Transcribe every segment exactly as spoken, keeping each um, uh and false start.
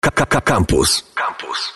Campus. Campus.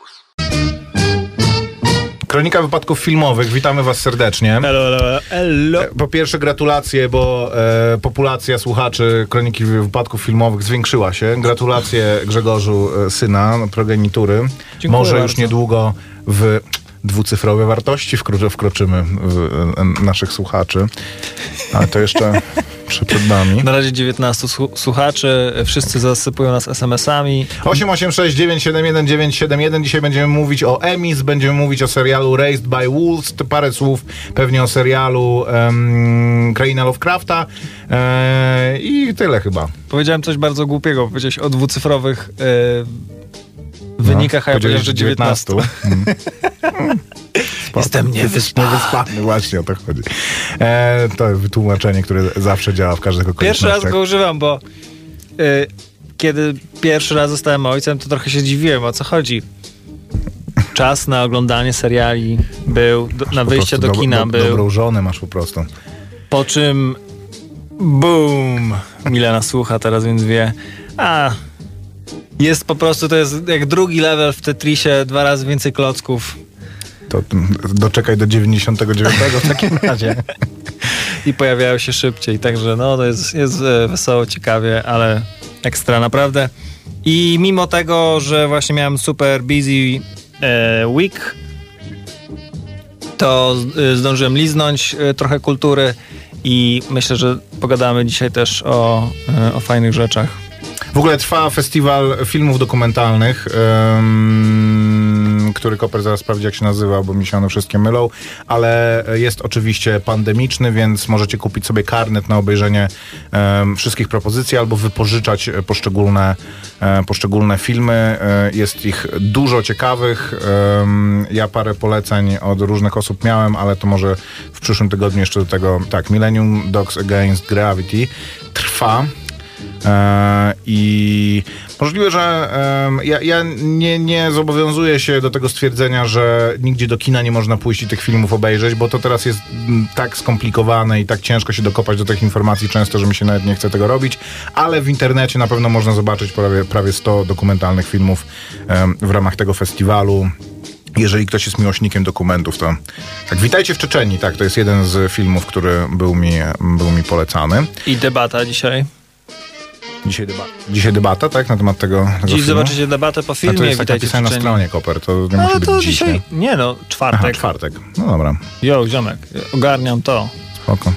Kronika wypadków filmowych. Witamy was serdecznie. Hello, hello, hello. Po pierwsze gratulacje, bo e, populacja słuchaczy Kroniki wypadków filmowych zwiększyła się. Gratulacje Grzegorzu, e, syna, progenitury. Dziękuję Może bardzo. już niedługo w dwucyfrowe wartości wkro- wkroczymy w e, naszych słuchaczy. Ale to jeszcze przed nami. Na razie dziewiętnastu słu- słuchaczy, wszyscy zasypują nas es em esami. osiem osiem sześć dziewięć siedem jeden dziewięć siedem jeden. Dzisiaj będziemy mówić o Emmys, będziemy mówić o serialu Raised by Wolves, parę słów pewnie o serialu um, Kraina Lovecrafta e, i tyle chyba. Powiedziałem coś bardzo głupiego, powiedziałeś o dwucyfrowych e, wynikach, a ja powiedziałem, że dziewiętnastu. Mm. Jestem niewyspany. Niewyspany, właśnie o to chodzi. E, to wytłumaczenie, które zawsze działa w każdych okolicznościach. Pierwszy raz go używam, bo y, kiedy pierwszy raz zostałem ojcem, to trochę się dziwiłem, o co chodzi. Czas na oglądanie seriali był, do, na Po wyjście do prostu kina do, do, był. Dobrą żonę masz po prostu. Po czym boom! Milena słucha teraz, więc wie. A, jest po prostu, to jest jak drugi level w Tetrisie, dwa razy więcej klocków. To doczekaj do dziewięćdziesiątego dziewiątego w takim razie. I pojawiają się szybciej, także no to jest, jest e, wesoło, ciekawie, ale ekstra naprawdę. I mimo tego, że właśnie miałem super busy e, week, to e, zdążyłem liznąć e, trochę kultury i myślę, że pogadamy dzisiaj też o, e, o fajnych rzeczach. W ogóle trwa festiwal filmów dokumentalnych, um, który Koper zaraz sprawdzi, jak się nazywa, bo mi się one wszystkie mylą, ale jest oczywiście pandemiczny, więc możecie kupić sobie karnet na obejrzenie um, wszystkich propozycji albo wypożyczać poszczególne, um, poszczególne filmy. Um, jest ich dużo ciekawych. Um, ja parę poleceń od różnych osób miałem, ale to może w przyszłym tygodniu jeszcze do tego. Tak, Millennium Dogs Against Gravity trwa. E, I możliwe, że e, ja, ja nie, nie zobowiązuję się do tego stwierdzenia, że nigdzie do kina nie można pójść i tych filmów obejrzeć, bo to teraz jest m, tak skomplikowane i tak ciężko się dokopać do tych informacji często, że mi się nawet nie chce tego robić, ale w internecie na pewno można zobaczyć prawie, prawie sto dokumentalnych filmów e, w ramach tego festiwalu. Jeżeli ktoś jest miłośnikiem dokumentów, to tak, witajcie w Czeczenii, tak, to jest jeden z filmów, który był mi, był mi polecany. I debata dzisiaj. Dzisiaj, deba- dzisiaj debata, tak? Na temat tego, tego Dziś filmu? zobaczycie debatę po filmie. A to jest tak Witajcie napisane na w Czeczeniu. stronie, Koper, to nie No musi to być dziś, dzisiaj, nie? nie no, czwartek. Aha, czwartek. No dobra, Jo, ziomek, ogarniam to. spoko.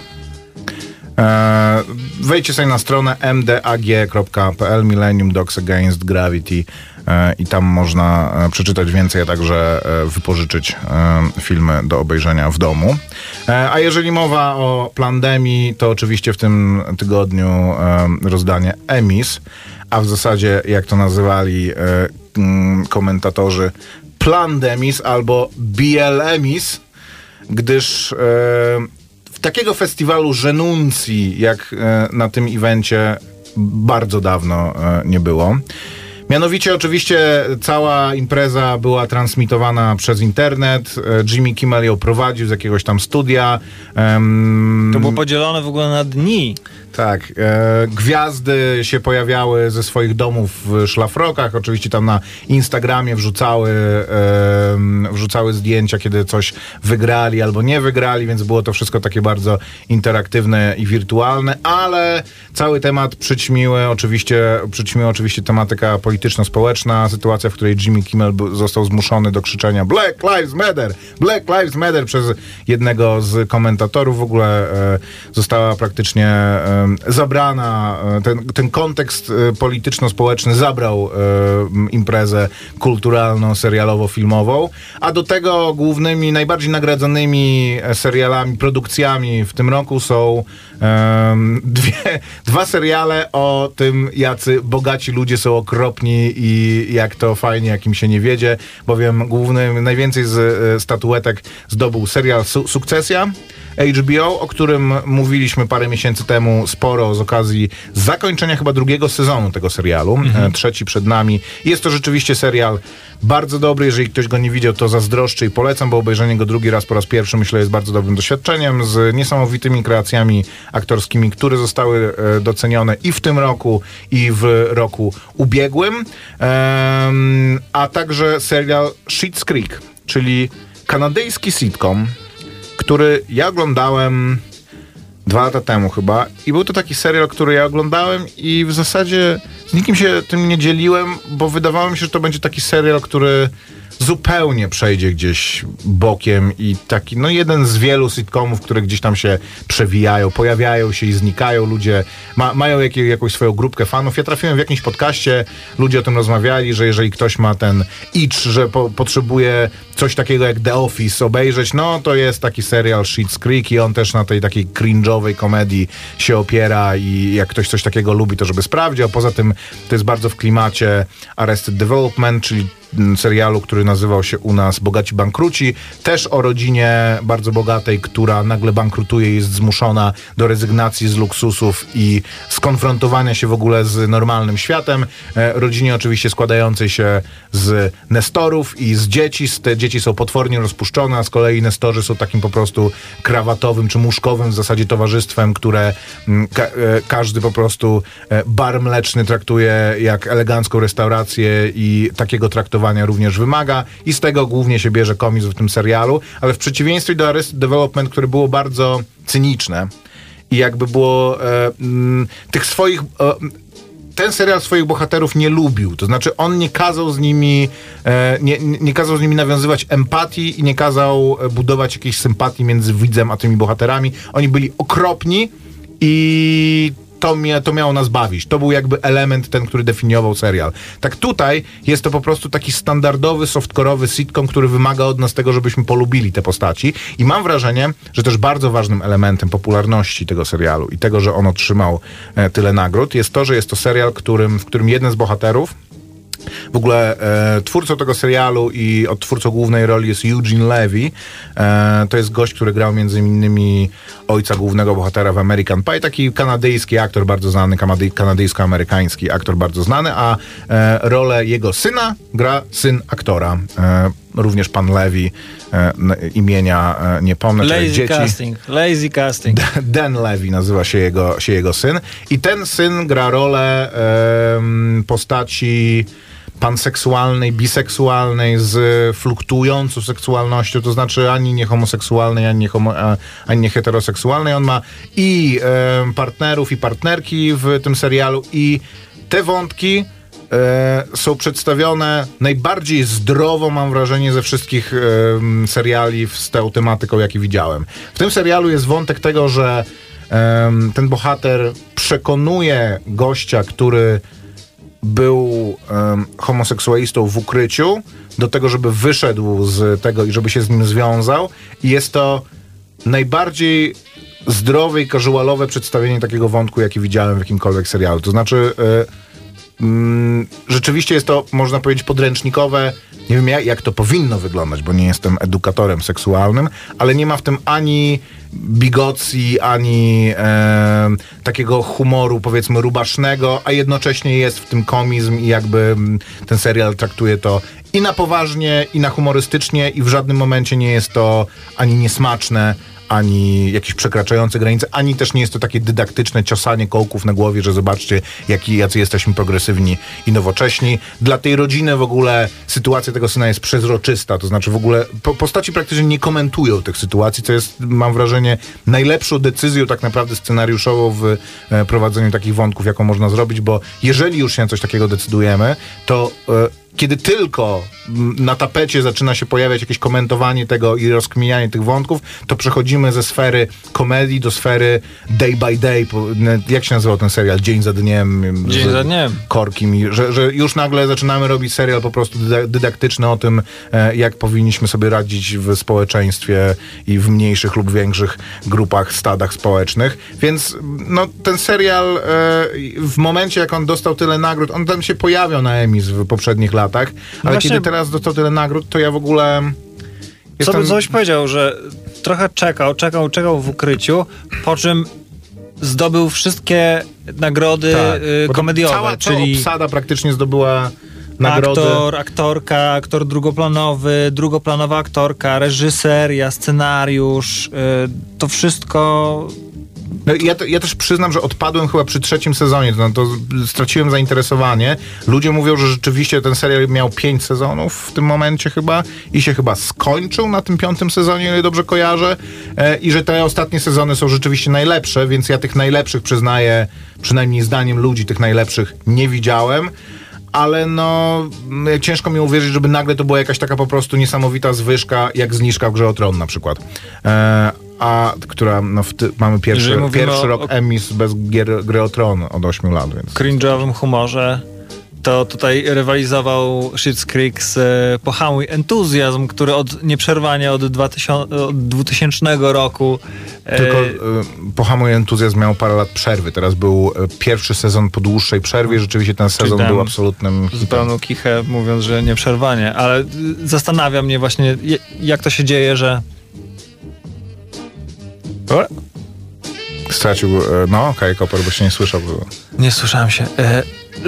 Eee, wejdźcie sobie na stronę m d a g kropka p l, Millennium Dogs Against Gravity, e, i tam można e, przeczytać więcej, a także e, wypożyczyć e, filmy do obejrzenia w domu. E, a jeżeli mowa o pandemii, to oczywiście w tym tygodniu e, rozdanie Emmys, a w zasadzie, jak to nazywali e, mm, komentatorzy, Plandemys albo B L Emmys, gdyż e, w takiego festiwalu żenuncji, jak e, na tym evencie, bardzo dawno e, nie było. Mianowicie oczywiście cała impreza była transmitowana przez internet. E, Jimmy Kimmel ją prowadził z jakiegoś tam studia. Em, To było podzielone w ogóle na dni. tak, e, gwiazdy się pojawiały ze swoich domów w szlafrokach, oczywiście tam na Instagramie wrzucały, e, wrzucały zdjęcia, kiedy coś wygrali albo nie wygrali, więc było to wszystko takie bardzo interaktywne i wirtualne, ale cały temat przyćmiły oczywiście, przyćmiła oczywiście tematyka polityczno-społeczna, sytuacja, w której Jimmy Kimmel b- został zmuszony do krzyczenia Black Lives Matter, Black Lives Matter przez jednego z komentatorów. W ogóle e, została praktycznie e, zabrana, ten, ten kontekst polityczno-społeczny zabrał e, imprezę kulturalną, serialowo-filmową, a do tego głównymi, najbardziej nagradzanymi serialami, produkcjami w tym roku są e, dwie, dwa seriale o tym, jacy bogaci ludzie są okropni i jak to fajnie, jak im się nie wiedzie, bowiem głównym, najwięcej z e, statuetek zdobył serial Su- Sukcesja, H B O, o którym mówiliśmy parę miesięcy temu sporo z okazji zakończenia chyba drugiego sezonu tego serialu. Mhm. Trzeci przed nami. Jest to rzeczywiście serial bardzo dobry. Jeżeli ktoś go nie widział, to zazdroszczę i polecam, bo obejrzenie go drugi raz po raz pierwszy, myślę, jest bardzo dobrym doświadczeniem z niesamowitymi kreacjami aktorskimi, które zostały docenione i w tym roku, i w roku ubiegłym. Um, a także serial Schitt's Creek, czyli kanadyjski sitcom, który ja oglądałem dwa lata temu chyba i był to taki serial, który ja oglądałem i w zasadzie z nikim się tym nie dzieliłem, bo wydawało mi się, że to będzie taki serial, który zupełnie przejdzie gdzieś bokiem i taki, no jeden z wielu sitcomów, które gdzieś tam się przewijają, pojawiają się i znikają, ludzie ma, mają jak, jakąś swoją grupkę fanów. Ja trafiłem w jakimś podcaście, ludzie o tym rozmawiali, że jeżeli ktoś ma ten itch, że po, potrzebuje coś takiego jak The Office obejrzeć, no to jest taki serial Schitt's Creek i on też na tej takiej cringe'owej komedii się opiera i jak ktoś coś takiego lubi, to żeby sprawdził, a poza tym to jest bardzo w klimacie Arrested Development, czyli serialu, który nazywał się u nas Bogaci Bankruci, też o rodzinie bardzo bogatej, która nagle bankrutuje i jest zmuszona do rezygnacji z luksusów i skonfrontowania się w ogóle z normalnym światem. Rodzinie oczywiście składającej się z nestorów i z dzieci. Te dzieci są potwornie rozpuszczone, a z kolei nestorzy są takim po prostu krawatowym czy muszkowym w zasadzie towarzystwem, które ka- każdy po prostu bar mleczny traktuje jak elegancką restaurację i takiego traktowania również wymaga i z tego głównie się bierze komizm w tym serialu, ale w przeciwieństwie do Arrested Development, które było bardzo cyniczne i jakby było e, m, tych swoich... E, ten serial swoich bohaterów nie lubił, to znaczy on nie kazał z nimi e, nie, nie kazał z nimi nawiązywać empatii i nie kazał budować jakiejś sympatii między widzem a tymi bohaterami. Oni byli okropni i To, mnie, to miało nas bawić. To był jakby element ten, który definiował serial. Tak tutaj jest to po prostu taki standardowy, softcore'owy sitcom, który wymaga od nas tego, żebyśmy polubili te postaci. I mam wrażenie, że też bardzo ważnym elementem popularności tego serialu i tego, że on otrzymał e, tyle nagród, jest to, że jest to serial, którym, w którym jeden z bohaterów, w ogóle e, twórcą tego serialu i odtwórcą głównej roli jest Eugene Levy. E, to jest gość, który grał między innymi ojca głównego bohatera w American Pie. Taki kanadyjski aktor bardzo znany, kanady, kanadyjsko-amerykański aktor bardzo znany, a e, rolę jego syna gra syn aktora. E, również pan Levy, e, imienia e, nie pomnę. Lazy dzieci. casting, lazy casting. Dan Levy nazywa się jego, się jego syn. I ten syn gra rolę e, postaci panseksualnej, biseksualnej, z fluktuującą seksualnością, to znaczy ani nie homoseksualnej, ani nie, homo, ani nie heteroseksualnej. On ma i e, partnerów, i partnerki w tym serialu i te wątki e, są przedstawione najbardziej zdrowo, mam wrażenie, ze wszystkich e, seriali z tą tematyką, jaki widziałem. W tym serialu jest wątek tego, że e, ten bohater przekonuje gościa, który był um, homoseksualistą w ukryciu, do tego, żeby wyszedł z tego i żeby się z nim związał. I jest to najbardziej zdrowe i casualowe przedstawienie takiego wątku, jaki widziałem w jakimkolwiek serialu. To znaczy y, y, rzeczywiście jest to, można powiedzieć, podręcznikowe. Nie wiem, jak, jak to powinno wyglądać, bo nie jestem edukatorem seksualnym, ale nie ma w tym ani bigocji, ani e, takiego humoru, powiedzmy, rubasznego, a jednocześnie jest w tym komizm i jakby ten serial traktuje to i na poważnie, i na humorystycznie i w żadnym momencie nie jest to ani niesmaczne, ani jakieś przekraczające granice, ani też nie jest to takie dydaktyczne ciosanie kołków na głowie, że zobaczcie, jaki, jacy jesteśmy progresywni i nowocześni. Dla tej rodziny w ogóle sytuacja tego syna jest przezroczysta, to znaczy w ogóle po, postaci praktycznie nie komentują tych sytuacji, co jest, mam wrażenie, najlepszą decyzją tak naprawdę scenariuszową w e, prowadzeniu takich wątków, jaką można zrobić, bo jeżeli już się na coś takiego decydujemy, to e, kiedy tylko na tapecie zaczyna się pojawiać jakieś komentowanie tego i rozkminianie tych wątków, to przechodzimy ze sfery komedii do sfery day by day. Jak się nazywał ten serial? Dzień za dniem. Dzień za dniem. Korkim. Że, że już nagle zaczynamy robić serial po prostu dydaktyczny o tym, jak powinniśmy sobie radzić w społeczeństwie i w mniejszych lub większych grupach, stadach społecznych. Więc no, ten serial w momencie, jak on dostał tyle nagród, on tam się pojawiał na Emmys w poprzednich latach, ale Właśnie, kiedy teraz dostał tyle nagród, to ja w ogóle jestem... Co by coś powiedział, że trochę czekał, czekał, czekał w ukryciu, po czym zdobył wszystkie nagrody tak, y, komediowe, cała, czyli cała obsada praktycznie zdobyła nagrody. Aktor, aktorka, aktor drugoplanowy, drugoplanowa aktorka, reżyseria, scenariusz, y, to wszystko... No, ja, ja też przyznam, że odpadłem chyba przy trzecim sezonie, no, to straciłem zainteresowanie. Ludzie mówią, że rzeczywiście ten serial miał pięć sezonów w tym momencie chyba i się chyba skończył na tym piątym sezonie, ile dobrze kojarzę, e, i że te ostatnie sezony są rzeczywiście najlepsze, więc ja tych najlepszych przyznaję, przynajmniej zdaniem ludzi tych najlepszych nie widziałem. Ale no, ciężko mi uwierzyć, żeby nagle to była jakaś taka po prostu niesamowita zwyżka, jak zniżka w Grze o Tron na przykład. E, a która, no, w ty, mamy pierwszy, pierwszy o, rok o... Emmys bez gier, Gry o Tron od ośmiu lat, więc... cringe'owym humorze. To tutaj rywalizował Schitt's Creek z e, Pohamuj Entuzjazm, który od nieprzerwanie od, od dwutysięcznego roku... E, Tylko e, Pohamuj Entuzjazm miał parę lat przerwy. Teraz był e, pierwszy sezon po dłuższej przerwie. Rzeczywiście ten sezon był absolutnym hitem. Zupełną kichę, mówiąc, że nieprzerwanie. Ale zastanawia mnie właśnie, jak to się dzieje, że... O? Stracił... E, no, okej, okay, Koper, bo się nie słyszał. Bo... Nie słyszałem się. E,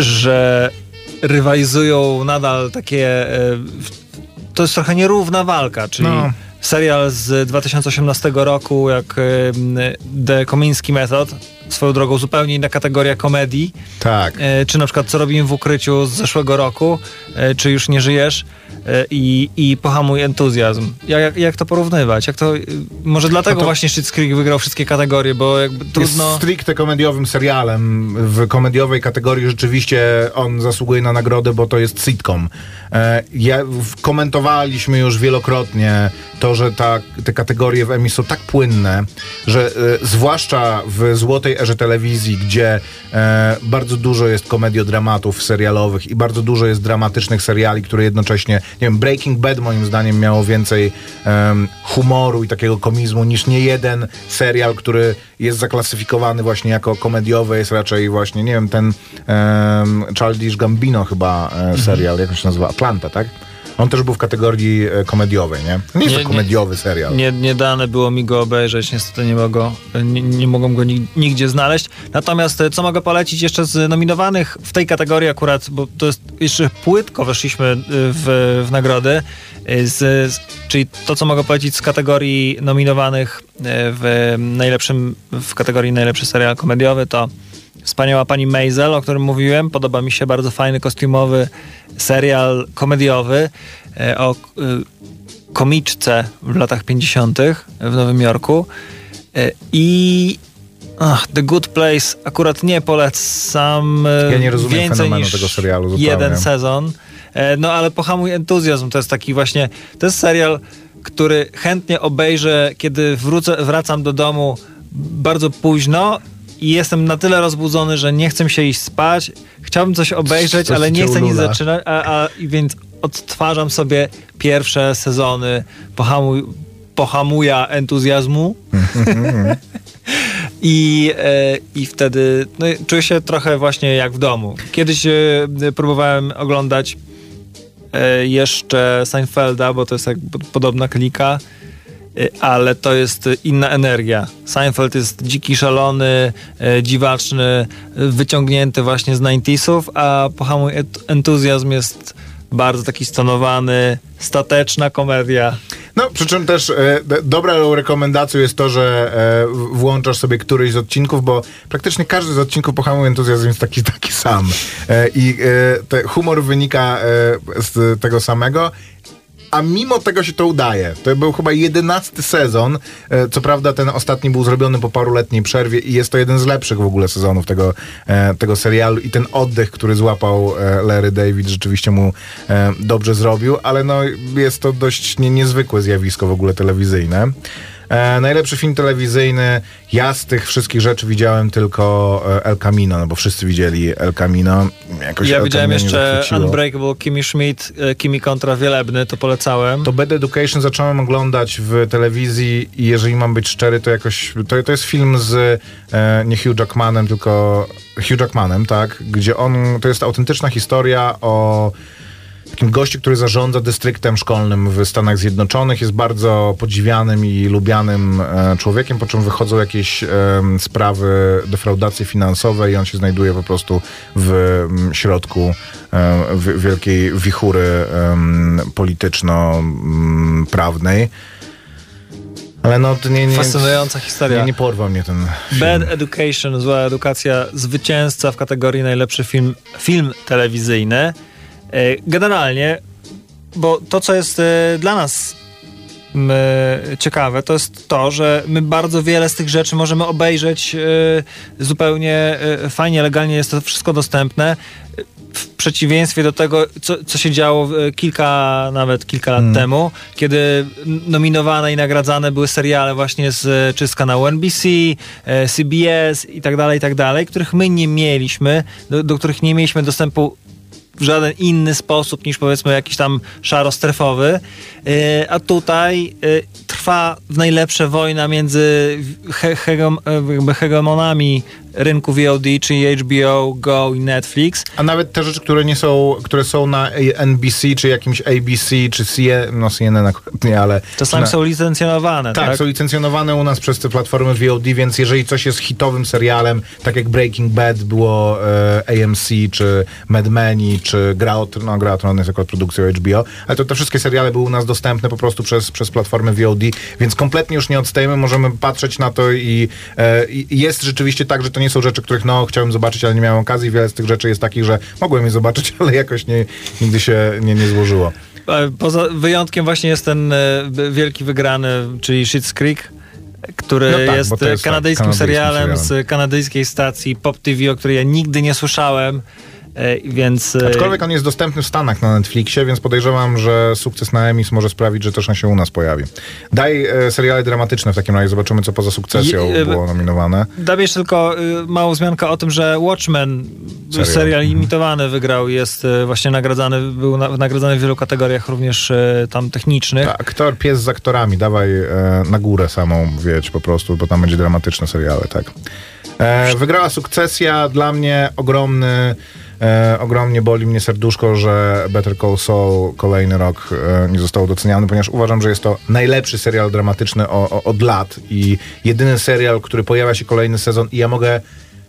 że rywalizują nadal takie... E, to jest trochę nierówna walka, czyli no. serial z dwa tysiące osiemnastego roku, jak e, The Komiński Method, swoją drogą zupełnie inna kategoria komedii. Tak. E, czy na przykład Co robimy w ukryciu z zeszłego roku, e, czy Już nie żyjesz, e, i, i Pohamuj Entuzjazm. Jak, jak to porównywać? Jak to, może dlatego no to właśnie Schitt's Creek wygrał wszystkie kategorie, bo jakby trudno... Jest stricte komediowym serialem. W komediowej kategorii rzeczywiście on zasługuje na nagrodę, bo to jest sitcom. E, ja, w, komentowaliśmy już wielokrotnie to, że ta, te kategorie w Emmy są tak płynne, że e, zwłaszcza w złotej erze telewizji, gdzie e, bardzo dużo jest komediodramatów serialowych i bardzo dużo jest dramatycznych seriali, które jednocześnie, nie wiem, Breaking Bad moim zdaniem miało więcej e, humoru i takiego komizmu niż nie jeden serial, który jest zaklasyfikowany właśnie jako komediowy, jest raczej właśnie, nie wiem, ten e, Childish Gambino chyba e, serial, mhm. jak on się nazywa? Atlanta, tak? On też był w kategorii e, komediowej, nie? Nie jest nie, to komediowy nie, serial. Nie, nie dane było mi go obejrzeć, niestety nie mogą, nie, nie mogą go nigdzie znaleźć. Natomiast co mogę polecić jeszcze z nominowanych w tej kategorii akurat, bo to jest jeszcze płytko weszliśmy w, w nagrody, z, z, czyli to, co mogę polecić z kategorii nominowanych w najlepszym, w kategorii najlepszy serial komediowy, to Wspaniała Pani Maisel, o którym mówiłem. Podoba mi się, bardzo fajny, kostiumowy serial komediowy e, o e, komiczce w latach pięćdziesiątych w Nowym Jorku. E, I ach, The Good Place akurat nie polecam. E, ja nie rozumiem więcej fenomenu niż tego serialu zupełnie. jeden sezon. E, no ale Pohamuj Entuzjazm to jest taki właśnie, to jest serial, który chętnie obejrzę, kiedy wrócę, wracam do domu bardzo późno i jestem na tyle rozbudzony, że nie chcę się iść spać. Chciałbym coś obejrzeć, coś ale nie chcę nic zaczynać, a, a, więc odtwarzam sobie pierwsze sezony Pohamuj, Pohamuja Entuzjazmu. I, e, I wtedy no, czuję się trochę właśnie jak w domu. Kiedyś e, próbowałem oglądać e, jeszcze Seinfelda, bo to jest jak podobna klika, ale to jest inna energia. Seinfeld jest dziki, szalony, e, dziwaczny, wyciągnięty właśnie z dziewięćdziesiątych, a Pohamuj Entuzjazm jest bardzo taki stonowany, stateczna komedia. No, przy czym też e, dobrą rekomendacją jest to, że e, włączasz sobie któryś z odcinków, bo praktycznie każdy z odcinków Pohamuj Entuzjazm jest taki, taki sam. E, I e, te humor wynika e, z tego samego. A mimo tego się to udaje. To był chyba jedenasty sezon. Co prawda ten ostatni był zrobiony po paruletniej przerwie i jest to jeden z lepszych w ogóle sezonów tego, tego serialu i ten oddech, który złapał Larry David, rzeczywiście mu dobrze zrobił, ale no jest to dość nie, niezwykłe zjawisko w ogóle telewizyjne. E, najlepszy film telewizyjny. Ja z tych wszystkich rzeczy widziałem tylko El Camino, no bo wszyscy widzieli El Camino. Jakoś ja El widziałem Camino jeszcze Unbreakable Kimmy Schmidt, Kimmy kontra Wielebny, to polecałem. To Bad Education zacząłem oglądać w telewizji i jeżeli mam być szczery, to jakoś, to, to jest film z e, nie Hugh Jackmanem, tylko Hugh Jackmanem, tak, gdzie on, to jest autentyczna historia o takim gościu, który zarządza dystryktem szkolnym w Stanach Zjednoczonych. Jest bardzo podziwianym i lubianym e, człowiekiem, po czym wychodzą jakieś e, sprawy defraudacji finansowej i on się znajduje po prostu w m, środku e, w, wielkiej wichury e, polityczno-prawnej. Ale no, to nie, nie, Fascynująca historia. Nie, nie porwał mnie ten film. Bad Education, zła edukacja, zwycięzca w kategorii najlepszy film, film telewizyjny. Generalnie, bo to, co jest dla nas ciekawe, to jest to, że my bardzo wiele z tych rzeczy możemy obejrzeć zupełnie fajnie, legalnie, jest to wszystko dostępne. W przeciwieństwie do tego, co, co się działo kilka, nawet kilka lat hmm. temu, kiedy nominowane i nagradzane były seriale właśnie z, czy z kanału N B C, C B S i tak dalej, i tak dalej, których my nie mieliśmy, do, do których nie mieliśmy dostępu w żaden inny sposób niż powiedzmy jakiś tam szarostrefowy, yy, a tutaj yy, trwa w najlepsze wojna między he, hegem, jakby hegemonami rynku V O D, czyli H B O, Go i Netflix. A nawet te rzeczy, które nie są, które są na N B C, czy jakimś A B C, czy C N N, no C N N akurat nie, ale... Czasami na, są licencjonowane, tak? Tak, są licencjonowane u nas przez te platformy V O D, więc jeżeli coś jest hitowym serialem, tak jak Breaking Bad było e, A M C, czy Mad Men, czy Gra o Tron, no Gra o Tron jest akurat produkcją H B O, ale to te wszystkie seriale były u nas dostępne po prostu przez, przez platformy V O D, więc kompletnie już nie odstajemy, możemy patrzeć na to i, e, i jest rzeczywiście tak, że to nie są rzeczy, których no chciałem zobaczyć, ale nie miałem okazji. Wiele z tych rzeczy jest takich, że mogłem je zobaczyć, ale jakoś nie, nigdy się nie, nie złożyło. Poza wyjątkiem właśnie jest ten wielki wygrany, czyli Schitt's Creek, który no tak, jest, jest kanadyjskim, kanadyjskim serialem, serialem z kanadyjskiej stacji Pop T V, o której ja nigdy nie słyszałem. Więc... Aczkolwiek on jest dostępny w Stanach na Netflixie, więc podejrzewam, że sukces na Emmys może sprawić, że też on się u nas pojawi. Daj e, seriale dramatyczne w takim razie, zobaczymy, co poza Sukcesją Je, było nominowane. Dam jeszcze tylko y, małą wzmiankę o tym, że Watchmen, serial, serial imitowany, wygrał, jest y, właśnie nagradzany, był na, nagradzany w wielu kategoriach, również y, tam technicznych. Ta, aktor, pies z aktorami, dawaj e, na górę samą wieć po prostu, bo tam będzie dramatyczne seriale, tak. E, wygrała Sukcesja, dla mnie ogromny E, ogromnie boli mnie serduszko, że Better Call Saul kolejny rok e, nie został doceniany, ponieważ uważam, że jest to najlepszy serial dramatyczny o, o, od lat i jedyny serial, który pojawia się kolejny sezon i ja mogę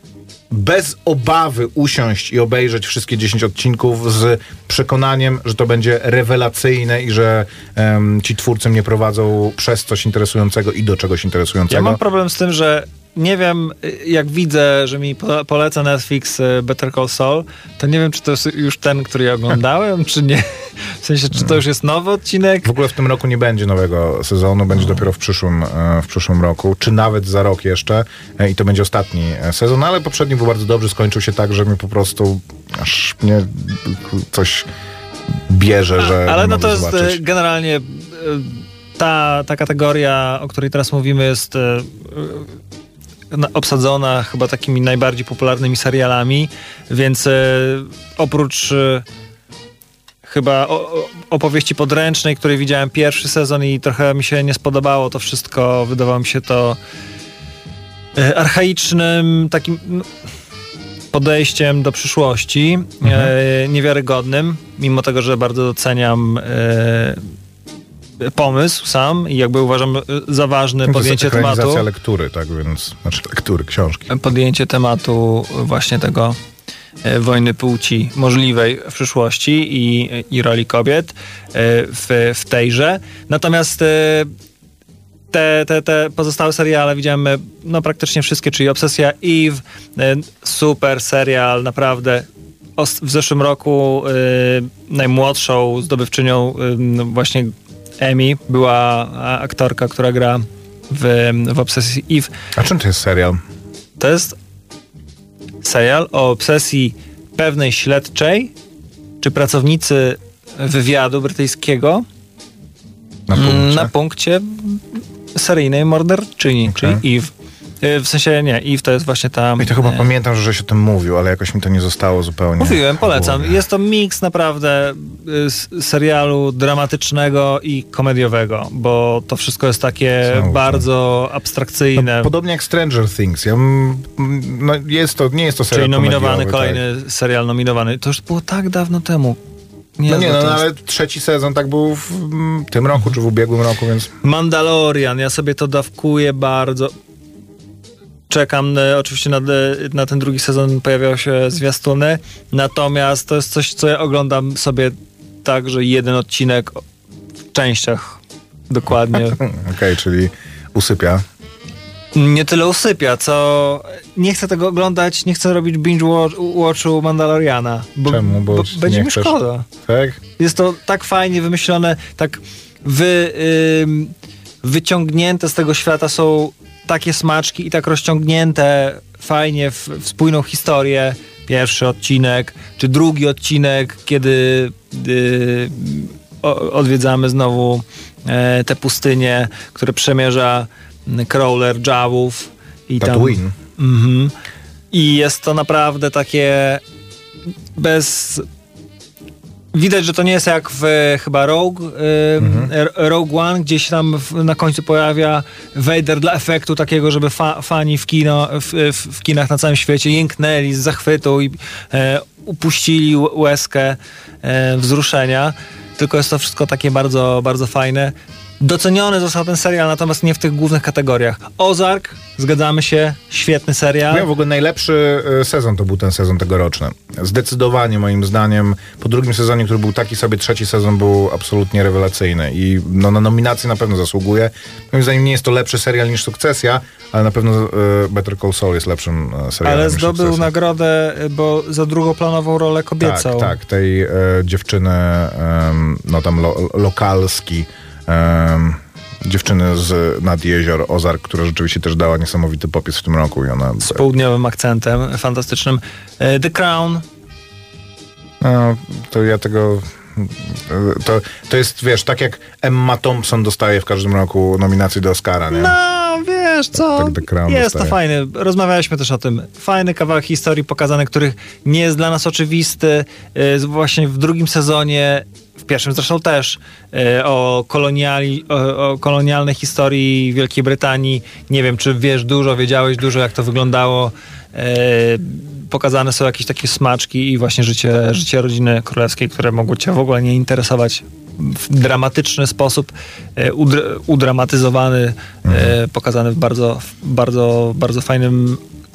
bez obawy usiąść i obejrzeć wszystkie dziesięć odcinków z przekonaniem, że to będzie rewelacyjne i że um, ci twórcy mnie prowadzą przez coś interesującego i do czegoś interesującego. Ja mam problem z tym, że nie wiem, jak widzę, że mi poleca Netflix Better Call Saul, to nie wiem, czy to jest już ten, który ja oglądałem, czy nie. W sensie, czy to już jest nowy odcinek? W ogóle w tym roku nie będzie nowego sezonu, będzie no. dopiero w przyszłym, w przyszłym roku, czy nawet za rok jeszcze i to będzie ostatni sezon, ale poprzedni był bardzo dobry, skończył się tak, że mi po prostu aż mnie coś bierze, że A, ale no to zobaczyć. jest generalnie ta, ta kategoria, o której teraz mówimy, jest obsadzona chyba takimi najbardziej popularnymi serialami, więc e, oprócz e, chyba o, opowieści podręcznej, której widziałem pierwszy sezon i trochę mi się nie spodobało to wszystko, wydawało mi się to e, archaicznym takim no, podejściem do przyszłości, mhm. e, niewiarygodnym, mimo tego, że bardzo doceniam e, pomysł sam i jakby uważam za ważne to podjęcie jest tematu. ekranizacja lektury, tak więc, znaczy lektury, książki. Podjęcie tematu właśnie tego e, wojny płci możliwej w przyszłości i, i roli kobiet e, w, w tejże. Natomiast e, te, te, te pozostałe seriale widziałem no praktycznie wszystkie, czyli Obsesja Eve, e, super serial, naprawdę. W zeszłym roku e, najmłodszą zdobywczynią e, właśnie Emmy była aktorka, która gra w, w Obsesji Eve. A czym to jest serial? To jest serial o obsesji pewnej śledczej czy pracownicy wywiadu brytyjskiego na punkcie, na punkcie seryjnej morderczyni, okay. czyli Eve. W sensie nie, Eve to jest właśnie ta... I to chyba e... pamiętam, że żeś o tym mówił, ale jakoś mi to nie zostało zupełnie. Mówiłem, polecam. Jest to miks naprawdę serialu dramatycznego i komediowego, bo to wszystko jest takie Znowu, bardzo abstrakcyjne. No, podobnie jak Stranger Things. Ja, no, jest to, nie jest to serial Czyli nominowany, kolejny tak. serial nominowany. To już było tak dawno temu. No nie, no, to no jest- ale trzeci sezon tak był w mm, tym roku, czy w ubiegłym roku, więc... Mandalorian, ja sobie to dawkuję bardzo. Czekam e, oczywiście na, de- na ten drugi sezon, pojawiały się zwiastuny, natomiast to jest coś, co ja oglądam sobie tak, że jeden odcinek w częściach dokładnie. Okej, czyli usypia. Nie tyle usypia, co nie chcę tego oglądać, nie chcę robić binge watch, watchu Mandaloriana. Bo, Czemu? Bo będzie nie mi chcesz? szkoda. Tak? Jest to tak fajnie wymyślone, tak wy, ym, wyciągnięte z tego świata są takie smaczki i tak rozciągnięte fajnie w, w spójną historię. Pierwszy odcinek, czy drugi odcinek, kiedy y, o, odwiedzamy znowu e, te pustynie, które przemierza crawler Jawów. I tam, Tatooine. Mhm. I jest to naprawdę takie bez... Widać, że to nie jest jak w chyba Rogue, y, Mhm. Rogue One, gdzie się tam w, na końcu pojawia Vader dla efektu takiego, żeby fa, fani w, kino, w, w, w kinach na całym świecie jęknęli z zachwytu i e, upuścili ł- łezkę e, wzruszenia. Tylko jest to wszystko takie bardzo, bardzo fajne. Doceniony został ten serial, natomiast nie w tych głównych kategoriach. Ozark, zgadzamy się, świetny serial. Ja w ogóle najlepszy e, sezon to był ten sezon tegoroczny. Zdecydowanie moim zdaniem po drugim sezonie, który był taki sobie, trzeci sezon był absolutnie rewelacyjny i no, na nominację na pewno zasługuje. Moim zdaniem nie jest to lepszy serial niż Sukcesja, ale na pewno e, Better Call Saul jest lepszym e, serialem Ale niż zdobył Sukcesja. nagrodę, bo za drugoplanową rolę kobiecą. Tak, tak, tej e, dziewczyny, em, no tam lo, lokalski, em, dziewczyny z nad jezior Ozark, która rzeczywiście też dała niesamowity popies w tym roku i ona... Z południowym akcentem fantastycznym. E, The Crown. No, to ja tego... To, to jest, wiesz, tak jak Emma Thompson dostaje w każdym roku nominację do Oscara, nie? No, wiesz co, Tak The Crown jest dostaje. to fajny. Rozmawialiśmy też o tym. Fajny kawałek historii pokazany, których nie jest dla nas oczywisty. E, Właśnie w drugim sezonie, w pierwszym zresztą też, e, o, koloniali, o, o kolonialnej historii Wielkiej Brytanii. Nie wiem, czy wiesz dużo, wiedziałeś dużo, jak to wyglądało. E, Pokazane są jakieś takie smaczki i właśnie życie, życie rodziny królewskiej, które mogło cię w ogóle nie interesować, w dramatyczny sposób, e, udr- udramatyzowany, e, pokazany w bardzo, w bardzo, bardzo fajnym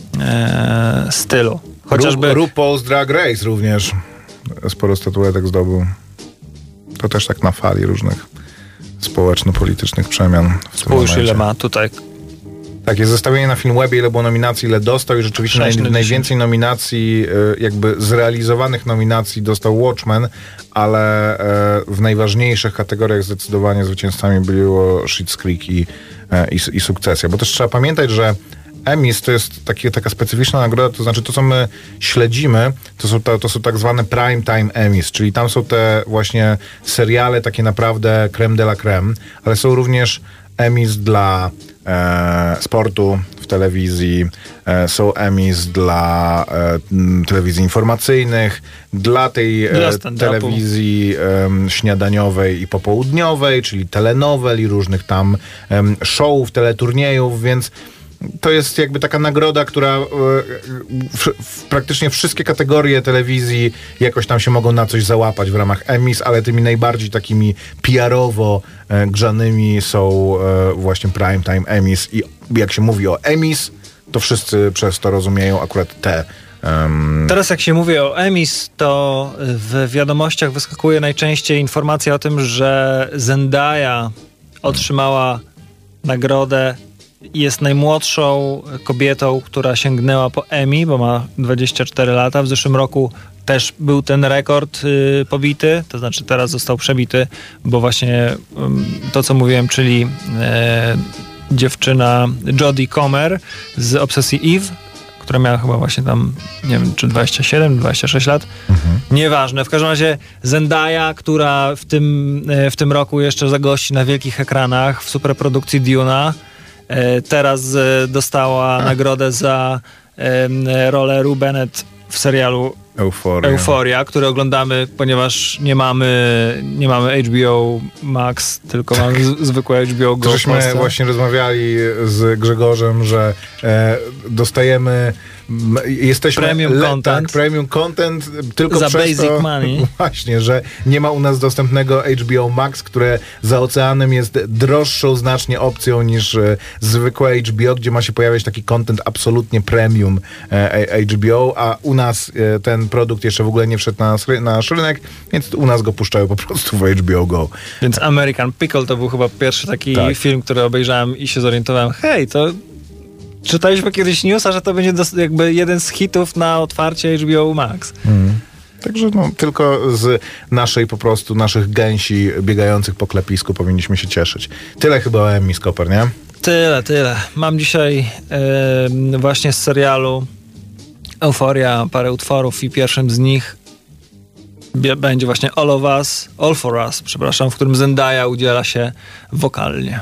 e, stylu. Chociażby Ru, RuPaul's Drag Race również sporo statuetek zdobył. To też tak na fali różnych społeczno-politycznych przemian. W tym spójrz, momencie. ile ma tutaj. Tak, jest zestawienie na Filmwebie, ile było nominacji, ile dostał i rzeczywiście Sześć naj, na najwięcej nominacji, y, jakby zrealizowanych nominacji dostał Watchmen, ale y, w najważniejszych kategoriach zdecydowanie zwycięzcami było Schitt's Creek i, y, i, i Sukcesja. Bo też trzeba pamiętać, że Emmys to jest takie, taka specyficzna nagroda, to znaczy to, co my śledzimy, to są, to, to są tak zwane prime time Emmys, czyli tam są te właśnie seriale takie naprawdę creme de la creme, ale są również Emmys dla e, sportu w telewizji, e, są Emmys dla e, m, telewizji informacyjnych, dla tej Dla e, stand-upu. telewizji e, śniadaniowej i popołudniowej, czyli telenowel i różnych tam e, showów, teleturniejów, więc to jest jakby taka nagroda, która e, w, w praktycznie wszystkie kategorie telewizji jakoś tam się mogą na coś załapać w ramach Emmys, ale tymi najbardziej takimi P R-owo e, grzanymi są e, właśnie primetime Emmys i jak się mówi o Emmys, to wszyscy przez to rozumieją akurat te. em, Teraz jak się mówi o Emmys, to w wiadomościach wyskakuje najczęściej informacja o tym, że Zendaya otrzymała nagrodę i jest najmłodszą kobietą, która sięgnęła po Emmy, bo ma dwadzieścia cztery lata. W zeszłym roku też był ten rekord y, pobity, to znaczy teraz został przebity, bo właśnie y, to, co mówiłem, czyli y, dziewczyna Jodie Comer z Obsesji Eve, która miała chyba właśnie tam, nie wiem, czy dwadzieścia siedem, dwadzieścia sześć lat. mhm. Nieważne. W każdym razie Zendaya, która w tym, e, w tym roku jeszcze zagości na wielkich ekranach w superprodukcji Dune'a, e, teraz e, dostała nagrodę za e, rolę Rue Bennett w serialu Euforia. Euforia, który oglądamy, ponieważ nie mamy, nie mamy H B O Max, tylko mamy z, zwykłe H B O Go. Żeśmy właśnie rozmawiali z Grzegorzem, że e, dostajemy m, jesteśmy premium le, content. Tak, premium content tylko za przez basic to, money. Właśnie, że nie ma u nas dostępnego H B O Max, które za oceanem jest droższą znacznie opcją niż e, zwykłe H B O, gdzie ma się pojawiać taki content absolutnie premium e, H B O, a u nas e, ten produkt jeszcze w ogóle nie wszedł na nasz, na nasz rynek, więc u nas go puszczają po prostu w H B O Go. Więc American Pickle to był chyba pierwszy taki tak. film, który obejrzałem i się zorientowałem, hej, to czytaliśmy kiedyś newsa, że to będzie dos- jakby jeden z hitów na otwarcie H B O Max. Mm. Także no, tylko z naszej po prostu, naszych gęsi biegających po klepisku powinniśmy się cieszyć. Tyle chyba o Emmy Skoper, nie? Tyle, tyle. Mam dzisiaj yy, właśnie z serialu Euforia parę utworów i pierwszym z nich b- będzie właśnie All of Us, All for Us, przepraszam, w którym Zendaya udziela się wokalnie.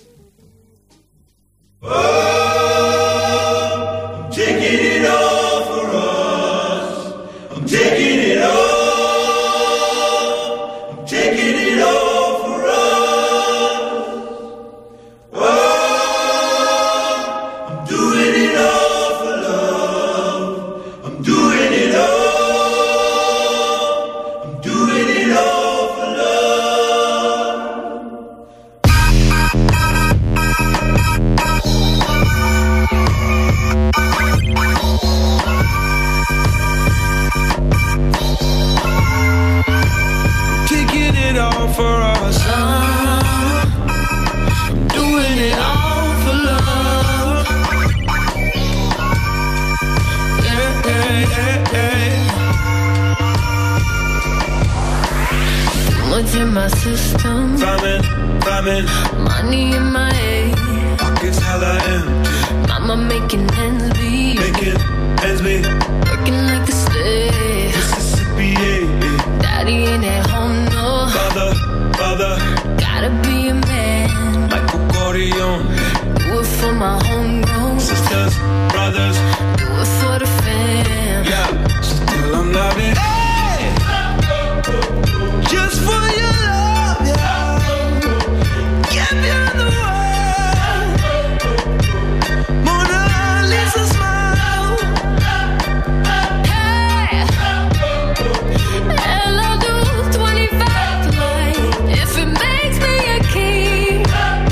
In my system, Vibing, vibing, money in my head, pockets hella empty, mama making ends meet, making ends meet, working like a slave, Mississippi, yeah, yeah. daddy ain't at home, no, Father, father, gotta be a man, Michael Corleone, do it for my homegrown, sisters, brothers, do it for the fam, yeah, so tell I'm loving, hey, just for your love, yeah, give you the world, Mona Lisa smile, hey, and I'll do twenty-five tonight, if it makes me a king,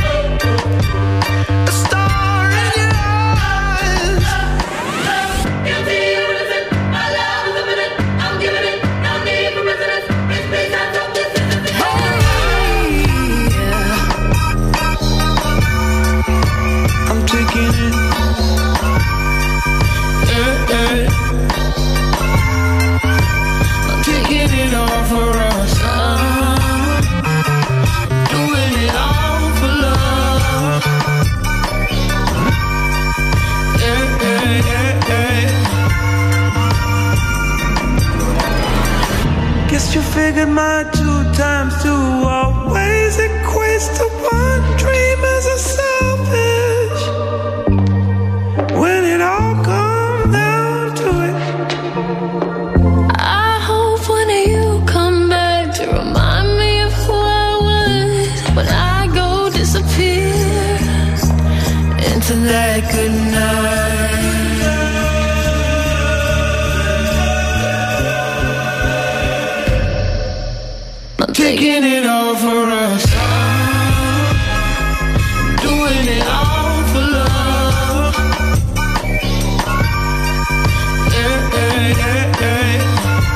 a star in your eyes. I'm taking it. Eh, eh. I'm taking it all for us. Uh, doing it all for love. Eh, eh, eh, eh. Guess you figured my two times two always equates to one. Dream as a selfish. When it all comes down to it, I hope one of you come back to remind me of who I was when I go disappear into that good night. I'm taking it all for us. Doing it all for love. Yeah, yeah, yeah, yeah.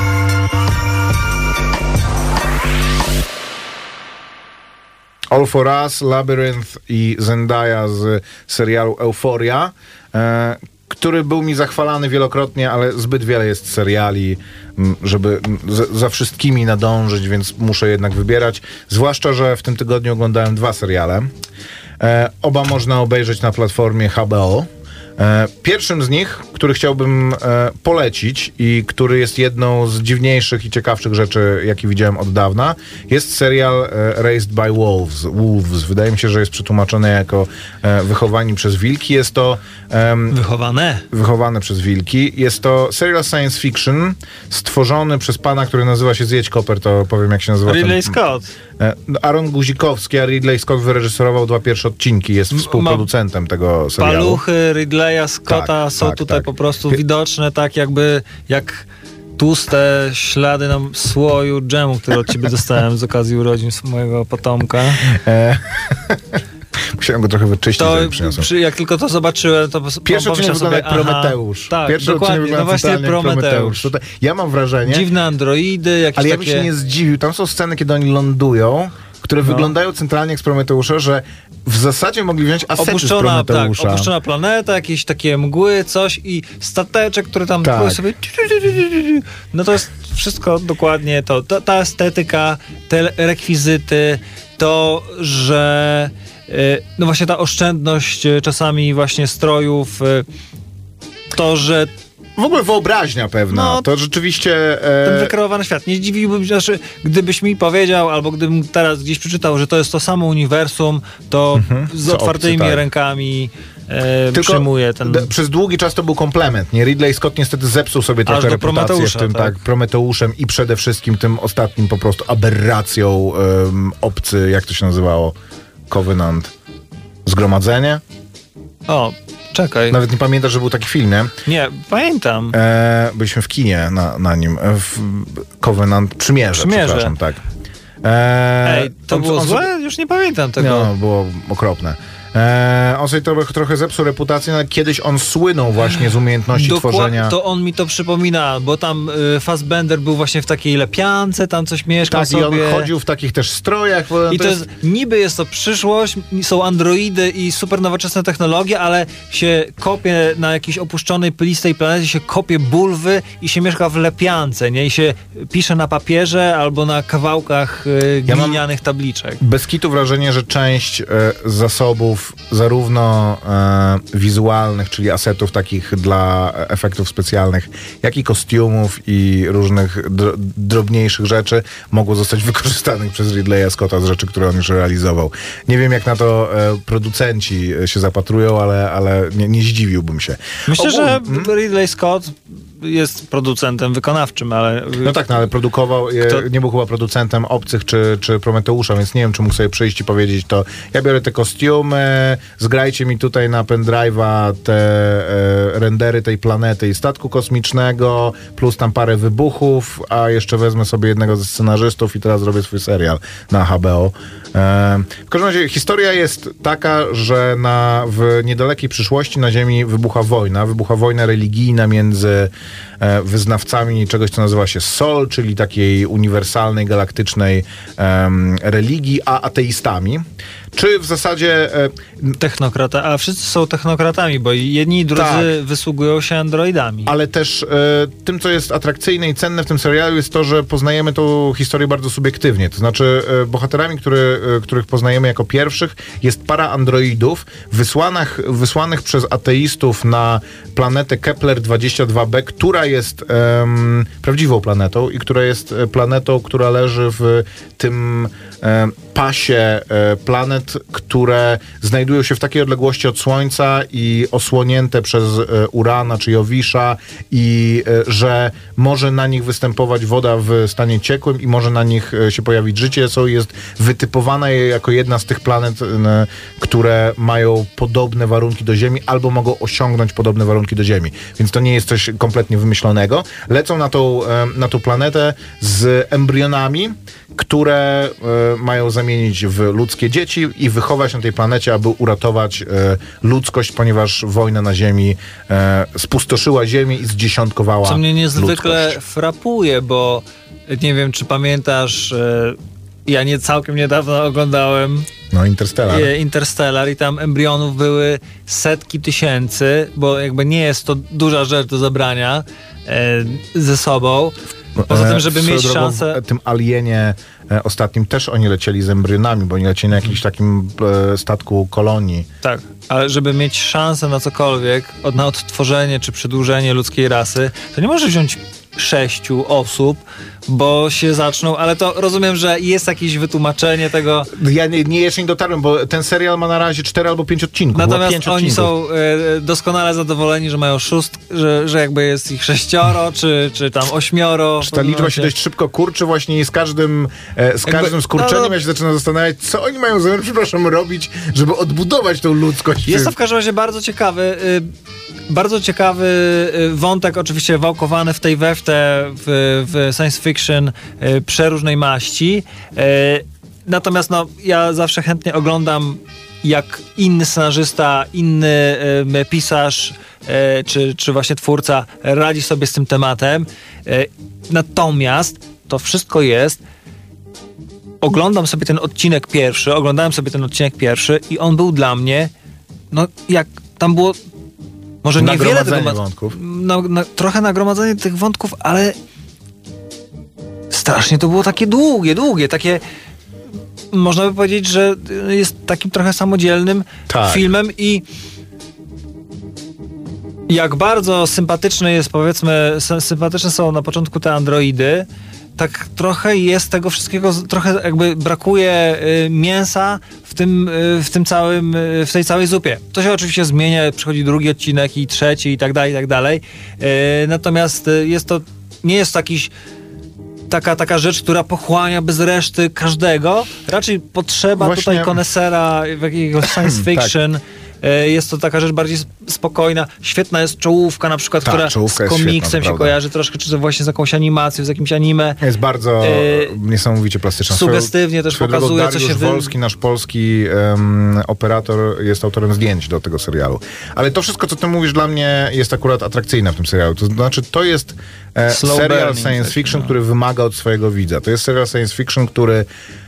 All for Us, Labyrinth i Zendaya z serialu Euforia, e, który był mi zachwalany wielokrotnie, ale zbyt wiele jest seriali, m, żeby m, z, za wszystkimi nadążyć, więc muszę jednak wybierać. Zwłaszcza, że w tym tygodniu oglądałem dwa seriale. E, oba można obejrzeć na platformie H B O. E, pierwszym z nich, który chciałbym e, polecić i który jest jedną z dziwniejszych i ciekawszych rzeczy, jakie widziałem od dawna, jest serial e, Raised by Wolves. Wolves. Wydaje mi się, że jest przetłumaczony jako e, Wychowani przez wilki. Jest to... em, Wychowane. Wychowane przez wilki. Jest to serial science fiction stworzony przez pana, który nazywa się Zjedź Koper, to powiem jak się nazywa. Ridley ten, Scott. e, Aaron Guzikowski, a Ridley Scott wyreżyserował dwa pierwsze odcinki. Jest współproducentem tego serialu. Paluchy Ridleya Scotta Tak, są tak, tutaj tak. po prostu Pie- widoczne, tak jakby jak tłuste ślady na słoju dżemu, który od ciebie dostałem z okazji urodzin mojego potomka. E, Musiałem go trochę wyczyścić, To zanim przyniosłem. przy, jak tylko to zobaczyłem, to pos- Pierwszy odcinek pomyślałem wygląda sobie, jak aha, Prometeusz. Tak, Pierwszy odcinek dokładnie, wygląda no właśnie totalnie jak Prometeusz. Tutaj, ja mam wrażenie, Dziwne androidy, jakieś ale ja takie... bym się nie zdziwił. Tam są sceny, kiedy oni lądują, które No. wyglądają centralnie jak z Prometeusza, że w zasadzie mogli wziąć asety z Opuszczona, tak, Prometeusza. opuszczona planeta, jakieś takie mgły, coś i stateczek, który tam Tak. płynie sobie... No to jest wszystko dokładnie to. Ta, ta estetyka, te rekwizyty, to, że y, no właśnie ta oszczędność y, czasami właśnie strojów, y, to, że W ogóle wyobraźnia pewna. No, to rzeczywiście... ten E, wykreowany świat. Nie zdziwiłbym się, znaczy, gdybyś mi powiedział, albo gdybym teraz gdzieś przeczytał, że to jest to samo uniwersum, to z Co otwartymi obcy, tak. rękami e, Tylko przyjmuję ten... d- przez długi czas to był komplement. Nie? Ridley Scott niestety zepsuł sobie trochę do reputację w Prometeusza, tym, tak. tak. Prometeuszem i przede wszystkim tym ostatnim po prostu aberracją um, obcy, jak to się nazywało? Covenant. Zgromadzenie? O, czekaj. Nawet nie pamiętasz, że był taki film, nie? Nie, pamiętam. E, byliśmy w kinie na, na nim. E, W Covenant, Przymierze, Przymierze. przepraszam, tak. E, Ej, to on- było on złe? sobie- Już nie pamiętam tego. No, było okropne. E, on sobie trochę, trochę zepsuł reputację, ale kiedyś on słynął właśnie z umiejętności Dokład- tworzenia... To on mi to przypomina, bo tam y, Fassbender był właśnie w takiej lepiance, tam coś mieszkał Tak, sobie. i on chodził w takich też strojach. Bo I to jest, niby jest to przyszłość, są androidy i super nowoczesne technologie, ale się kopie na jakiejś opuszczonej, pylistej planecie, się kopie bulwy i się mieszka w lepiance, nie? I się pisze na papierze albo na kawałkach y, Ja mam- glinianych tabliczek. Bez kitu wrażenie, że część e, zasobów zarówno e, wizualnych, czyli asetów takich dla efektów specjalnych, jak i kostiumów i różnych dro- drobniejszych rzeczy mogło zostać wykorzystanych przez Ridleya Scotta z rzeczy, które on już realizował. Nie wiem, jak na to e, producenci się zapatrują, ale, ale nie, nie zdziwiłbym się. Myślę, że Ogólnie- Ridley Scott jest producentem wykonawczym, ale... No tak, no ale produkował, e, Kto- nie był chyba producentem Obcych czy, czy Prometeusza, więc nie wiem, czy mógł sobie przyjść i powiedzieć to, ja biorę te kostiumy, zgrajcie mi tutaj na pendrive'a te e, rendery tej planety i statku kosmicznego, plus tam parę wybuchów, a jeszcze wezmę sobie jednego ze scenarzystów i teraz zrobię swój serial na H B O. E, w każdym razie historia jest taka, że na, w niedalekiej przyszłości na Ziemi wybucha wojna, wybucha wojna religijna między e, wyznawcami czegoś, co nazywa się Sol, czyli takiej uniwersalnej, galaktycznej em, religii, a ateistami. Czy w zasadzie... E, Technokrata, a wszyscy są technokratami, bo jedni i drudzy Tak. wysługują się androidami. ale też e, tym, co jest atrakcyjne i cenne w tym serialu, jest to, że poznajemy tą historię bardzo subiektywnie. To znaczy e, bohaterami, który, e, których poznajemy jako pierwszych, jest para androidów wysłanych, wysłanych przez ateistów na planetę Kepler dwadzieścia dwa b, która jest em, prawdziwą planetą i która jest e, planetą, która leży w tym e, pasie e, planet, które znajdują się w takiej odległości od Słońca i osłonięte przez e, Urana czy Jowisza i e, że może na nich występować woda w stanie ciekłym i może na nich e, się pojawić życie. Są jest wytypowana jako jedna z tych planet, e, które mają podobne warunki do Ziemi albo mogą osiągnąć podobne warunki do Ziemi. Więc to nie jest coś kompletnie wymyślonego. Lecą na tą, e, na tą planetę z embrionami, które e, mają zamienić w ludzkie dzieci i wychować na tej planecie, aby uratować e, ludzkość, ponieważ wojna na Ziemi e, spustoszyła Ziemię i zdziesiątkowała Co mnie niezwykle ludzkość. frapuje, bo nie wiem, czy pamiętasz, e, ja nie całkiem niedawno oglądałem No, Interstellar. e, Interstellar i tam embrionów były setki tysięcy, bo jakby nie jest to duża rzecz do zabrania e, ze sobą. Poza tym, żeby E, swoją mieć drogą, szansę... w tym alienie e, ostatnim też oni lecieli z embrionami, bo oni lecieli na jakimś takim e, statku kolonii. Tak, ale żeby mieć szansę na cokolwiek, od, na odtworzenie czy przedłużenie ludzkiej rasy, to nie możesz wziąć sześciu osób, bo się zaczną, ale to rozumiem, że jest jakieś wytłumaczenie tego. Ja nie, nie jeszcze nie dotarłem, bo ten serial ma na razie cztery albo pięć odcinków. Natomiast pięć oni odcinków. są e, doskonale zadowoleni, że mają szóst, że, że jakby jest ich sześcioro, czy, czy tam ośmioro. Czy ta liczba się dość szybko kurczy właśnie i z każdym, e, z Jakby- każdym skurczeniem no, no. ja się zaczynam zastanawiać, co oni mają zamiar, przepraszam, robić, żeby odbudować tą ludzkość. Jest to w każdym razie bardzo ciekawy, y, bardzo ciekawy y, wątek, oczywiście wałkowany w tej weftę w, w science fiction y, przeróżnej maści. Y, natomiast no, ja zawsze chętnie oglądam, jak inny scenarzysta, inny y, pisarz y, czy, czy właśnie twórca radzi sobie z tym tematem. Y, natomiast to wszystko jest oglądam sobie ten odcinek pierwszy, oglądałem sobie ten odcinek pierwszy i on był dla mnie, no jak tam było może niewiele Nagromadzenie tego wątków. No, na, trochę nagromadzenie tych wątków, ale strasznie to było takie długie, długie, takie można by powiedzieć, że jest takim trochę samodzielnym Tak. filmem i jak bardzo sympatyczne jest, powiedzmy, sy- sympatyczne są na początku te androidy, tak trochę jest tego wszystkiego, z- trochę jakby brakuje y, mięsa w tym, y, w tym całym, y, w tej całej zupie. To się oczywiście zmienia, przychodzi drugi odcinek i trzeci i tak dalej, i tak dalej. Y, natomiast y, jest to, nie jest to jakiś taka, taka rzecz, która pochłania bez reszty każdego. Raczej potrzeba Właśnie- tutaj konesera jakiegoś science fiction. E, Jest to taka rzecz bardziej sp- spokojna. Świetna jest czołówka na przykład, Tak, która czołówka z jest komiksem świetna, się prawda. kojarzy troszkę, czy to właśnie z jakąś animacją, z jakimś anime. Jest bardzo E, niesamowicie plastyczna. sugestywnie też Swoją drogą pokazuje, co Dariusz się wy- Wolski, nasz polski em, operator, jest autorem zdjęć do tego serialu. Ale to wszystko, co ty mówisz, dla mnie jest akurat atrakcyjne w tym serialu. To znaczy, to jest e, Slow serial burning science taki, fiction, no. który wymaga od swojego widza. To jest serial science fiction, który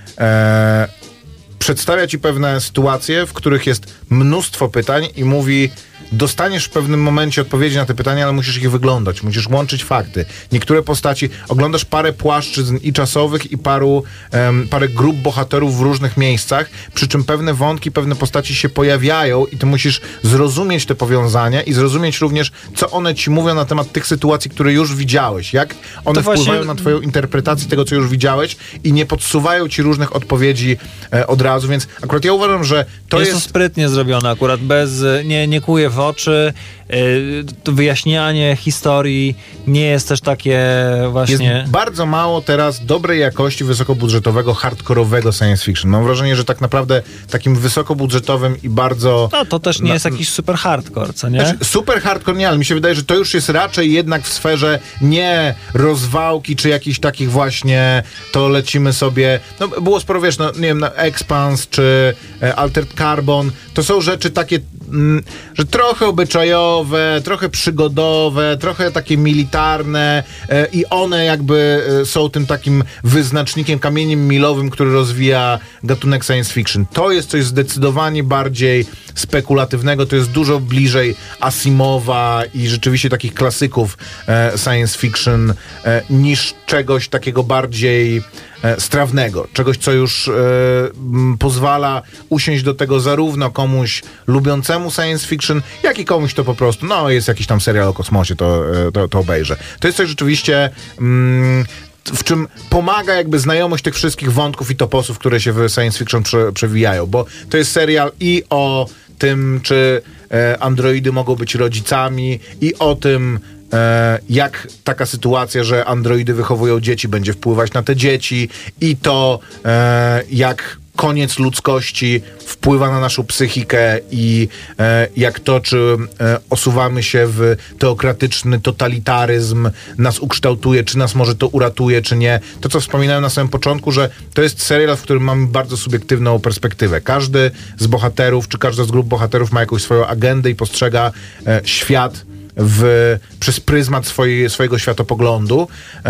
e, przedstawia ci pewne sytuacje, w których jest mnóstwo pytań i mówi, dostaniesz w pewnym momencie odpowiedzi na te pytania, ale musisz ich wyglądać, musisz łączyć fakty. Niektóre postaci, oglądasz parę płaszczyzn i czasowych i paru, em, parę grup bohaterów w różnych miejscach, przy czym pewne wątki, pewne postaci się pojawiają i ty musisz zrozumieć te powiązania i zrozumieć również, co one ci mówią na temat tych sytuacji, które już widziałeś, jak one To właśnie- wpływają na twoją interpretację tego, co już widziałeś i nie podsuwają ci różnych odpowiedzi e, od razu, więc akurat ja uważam, że to jest, jest... to sprytnie zrobione akurat, bez, nie, nie kuje w oczy. y, To wyjaśnianie historii nie jest też takie właśnie... Jest bardzo mało teraz dobrej jakości wysokobudżetowego, hardkorowego science fiction. Mam wrażenie, że tak naprawdę takim wysokobudżetowym i bardzo... No to też nie Na- jest jakiś super hardcore, co nie? Znaczy, super hardcore nie, ale mi się wydaje, że to już jest raczej jednak w sferze nie rozwałki, czy jakichś takich właśnie, to lecimy sobie, no było sporo, wiesz, no nie wiem, no, Expanse, czy e, Altered Carbon, to są rzeczy takie, mm, że trochę obyczajowe, trochę przygodowe, trochę takie militarne e, i one jakby e, są tym takim wyznacznikiem, kamieniem milowym, który rozwija gatunek science fiction. To jest coś zdecydowanie bardziej spekulatywnego, to jest dużo bliżej Asimowa i rzeczywiście takich klasyków e, science fiction e, niż czegoś takiego bardziej e, strawnego, czegoś, co już e, m, pozwala usiąść do tego zarówno komuś lubiącemu science fiction, jak i komuś, to po prostu, no jest jakiś tam serial o kosmosie, to, e, to, to obejrzę. To jest coś rzeczywiście... Mm, w czym pomaga jakby znajomość tych wszystkich wątków i toposów, które się w science fiction prze, przewijają, bo to jest serial i o tym, czy e, androidy mogą być rodzicami, i o tym, e, jak taka sytuacja, że androidy wychowują dzieci, będzie wpływać na te dzieci, i to, e, jak koniec ludzkości wpływa na naszą psychikę i e, jak to, czy e, osuwamy się w teokratyczny totalitaryzm, nas ukształtuje, czy nas może to uratuje, czy nie. To, co wspominałem na samym początku, że to jest serial, w którym mamy bardzo subiektywną perspektywę. Każdy z bohaterów, czy każda z grup bohaterów ma jakąś swoją agendę i postrzega e, świat w, przez pryzmat swojej, swojego światopoglądu.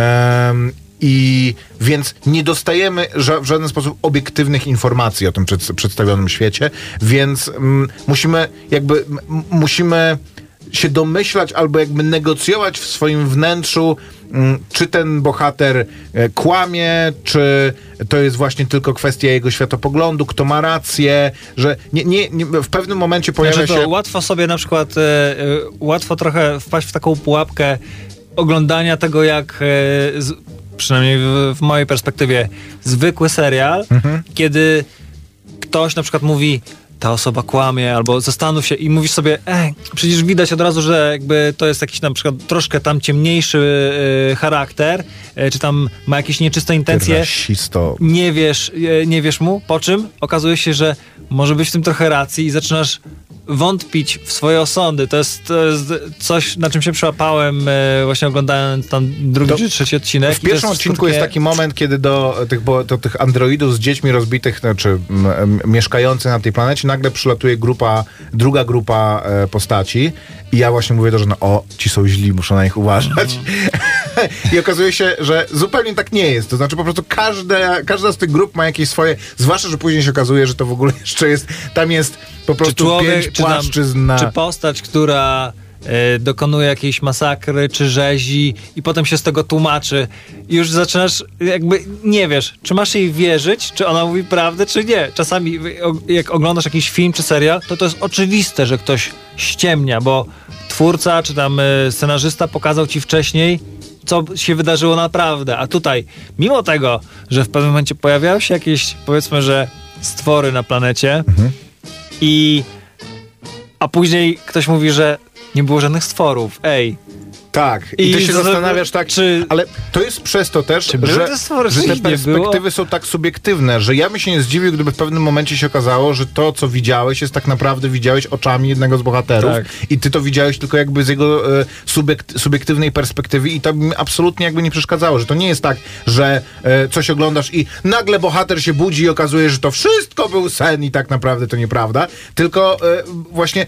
Em, I więc nie dostajemy ża- w żaden sposób obiektywnych informacji o tym przed- przedstawionym świecie, więc mm, musimy jakby m- musimy się domyślać albo jakby negocjować w swoim wnętrzu, czy ten bohater kłamie, czy to jest właśnie tylko kwestia jego światopoglądu, kto ma rację, że nie, nie, nie, w pewnym momencie pojawia znaczy, to się... łatwo sobie na przykład, e, e, łatwo trochę wpaść w taką pułapkę oglądania tego, jak e, z, przynajmniej w, w mojej perspektywie, zwykły serial, mhm. kiedy ktoś na przykład mówi, ta osoba kłamie, albo zastanów się i mówisz sobie, ej, przecież widać od razu, że jakby to jest jakiś na przykład troszkę tam ciemniejszy y, charakter, y, czy tam ma jakieś nieczyste intencje. Rasisto. Nie wiesz, y, nie wiesz mu, po czym okazuje się, że może być w tym trochę racji i zaczynasz wątpić w swoje osądy. To jest, to jest coś, na czym się przyłapałem y, właśnie oglądając tam drugi to czy trzeci odcinek. W pierwszym jest odcinku takie... jest taki moment, kiedy do tych, bo, do tych androidów z dziećmi rozbitych, znaczy m, m, mieszkających na tej planecie, nagle przylatuje grupa, druga grupa e, postaci i ja właśnie mówię do żony, o, ci są źli, muszę na nich uważać. I okazuje się, że zupełnie tak nie jest. To znaczy po prostu każde, każda z tych grup ma jakieś swoje, zwłaszcza, że później się okazuje, że to w ogóle jeszcze jest, tam jest po prostu czy człowiek, pięć czy tam, płaszczyzn na... Czy postać, która y, dokonuje jakiejś masakry, czy rzezi i potem się z tego tłumaczy. I już zaczynasz, jakby nie wiesz, czy masz jej wierzyć, czy ona mówi prawdę, czy nie. Czasami jak oglądasz jakiś film czy serial, to to jest oczywiste, że ktoś ściemnia, bo twórca, czy tam y, scenarzysta pokazał ci wcześniej, co się wydarzyło naprawdę. A tutaj, mimo tego, że w pewnym momencie pojawiały się jakieś, powiedzmy, że stwory na planecie mhm. i a później ktoś mówi, że nie było żadnych stworów. Ej. Tak. I, I ty się z... zastanawiasz tak, czy... ale to jest przez to też, czy że, te, stwory, że te perspektywy było? są tak subiektywne, że ja bym się nie zdziwił, gdyby w pewnym momencie się okazało, że to, co widziałeś, jest tak naprawdę widziałeś oczami jednego z bohaterów tak. i ty to widziałeś tylko jakby z jego e, subiekt, subiektywnej perspektywy i to by mi absolutnie jakby nie przeszkadzało, że to nie jest tak, że e, coś oglądasz i nagle bohater się budzi i okazuje, że to wszystko był sen i tak naprawdę to nieprawda, tylko e, właśnie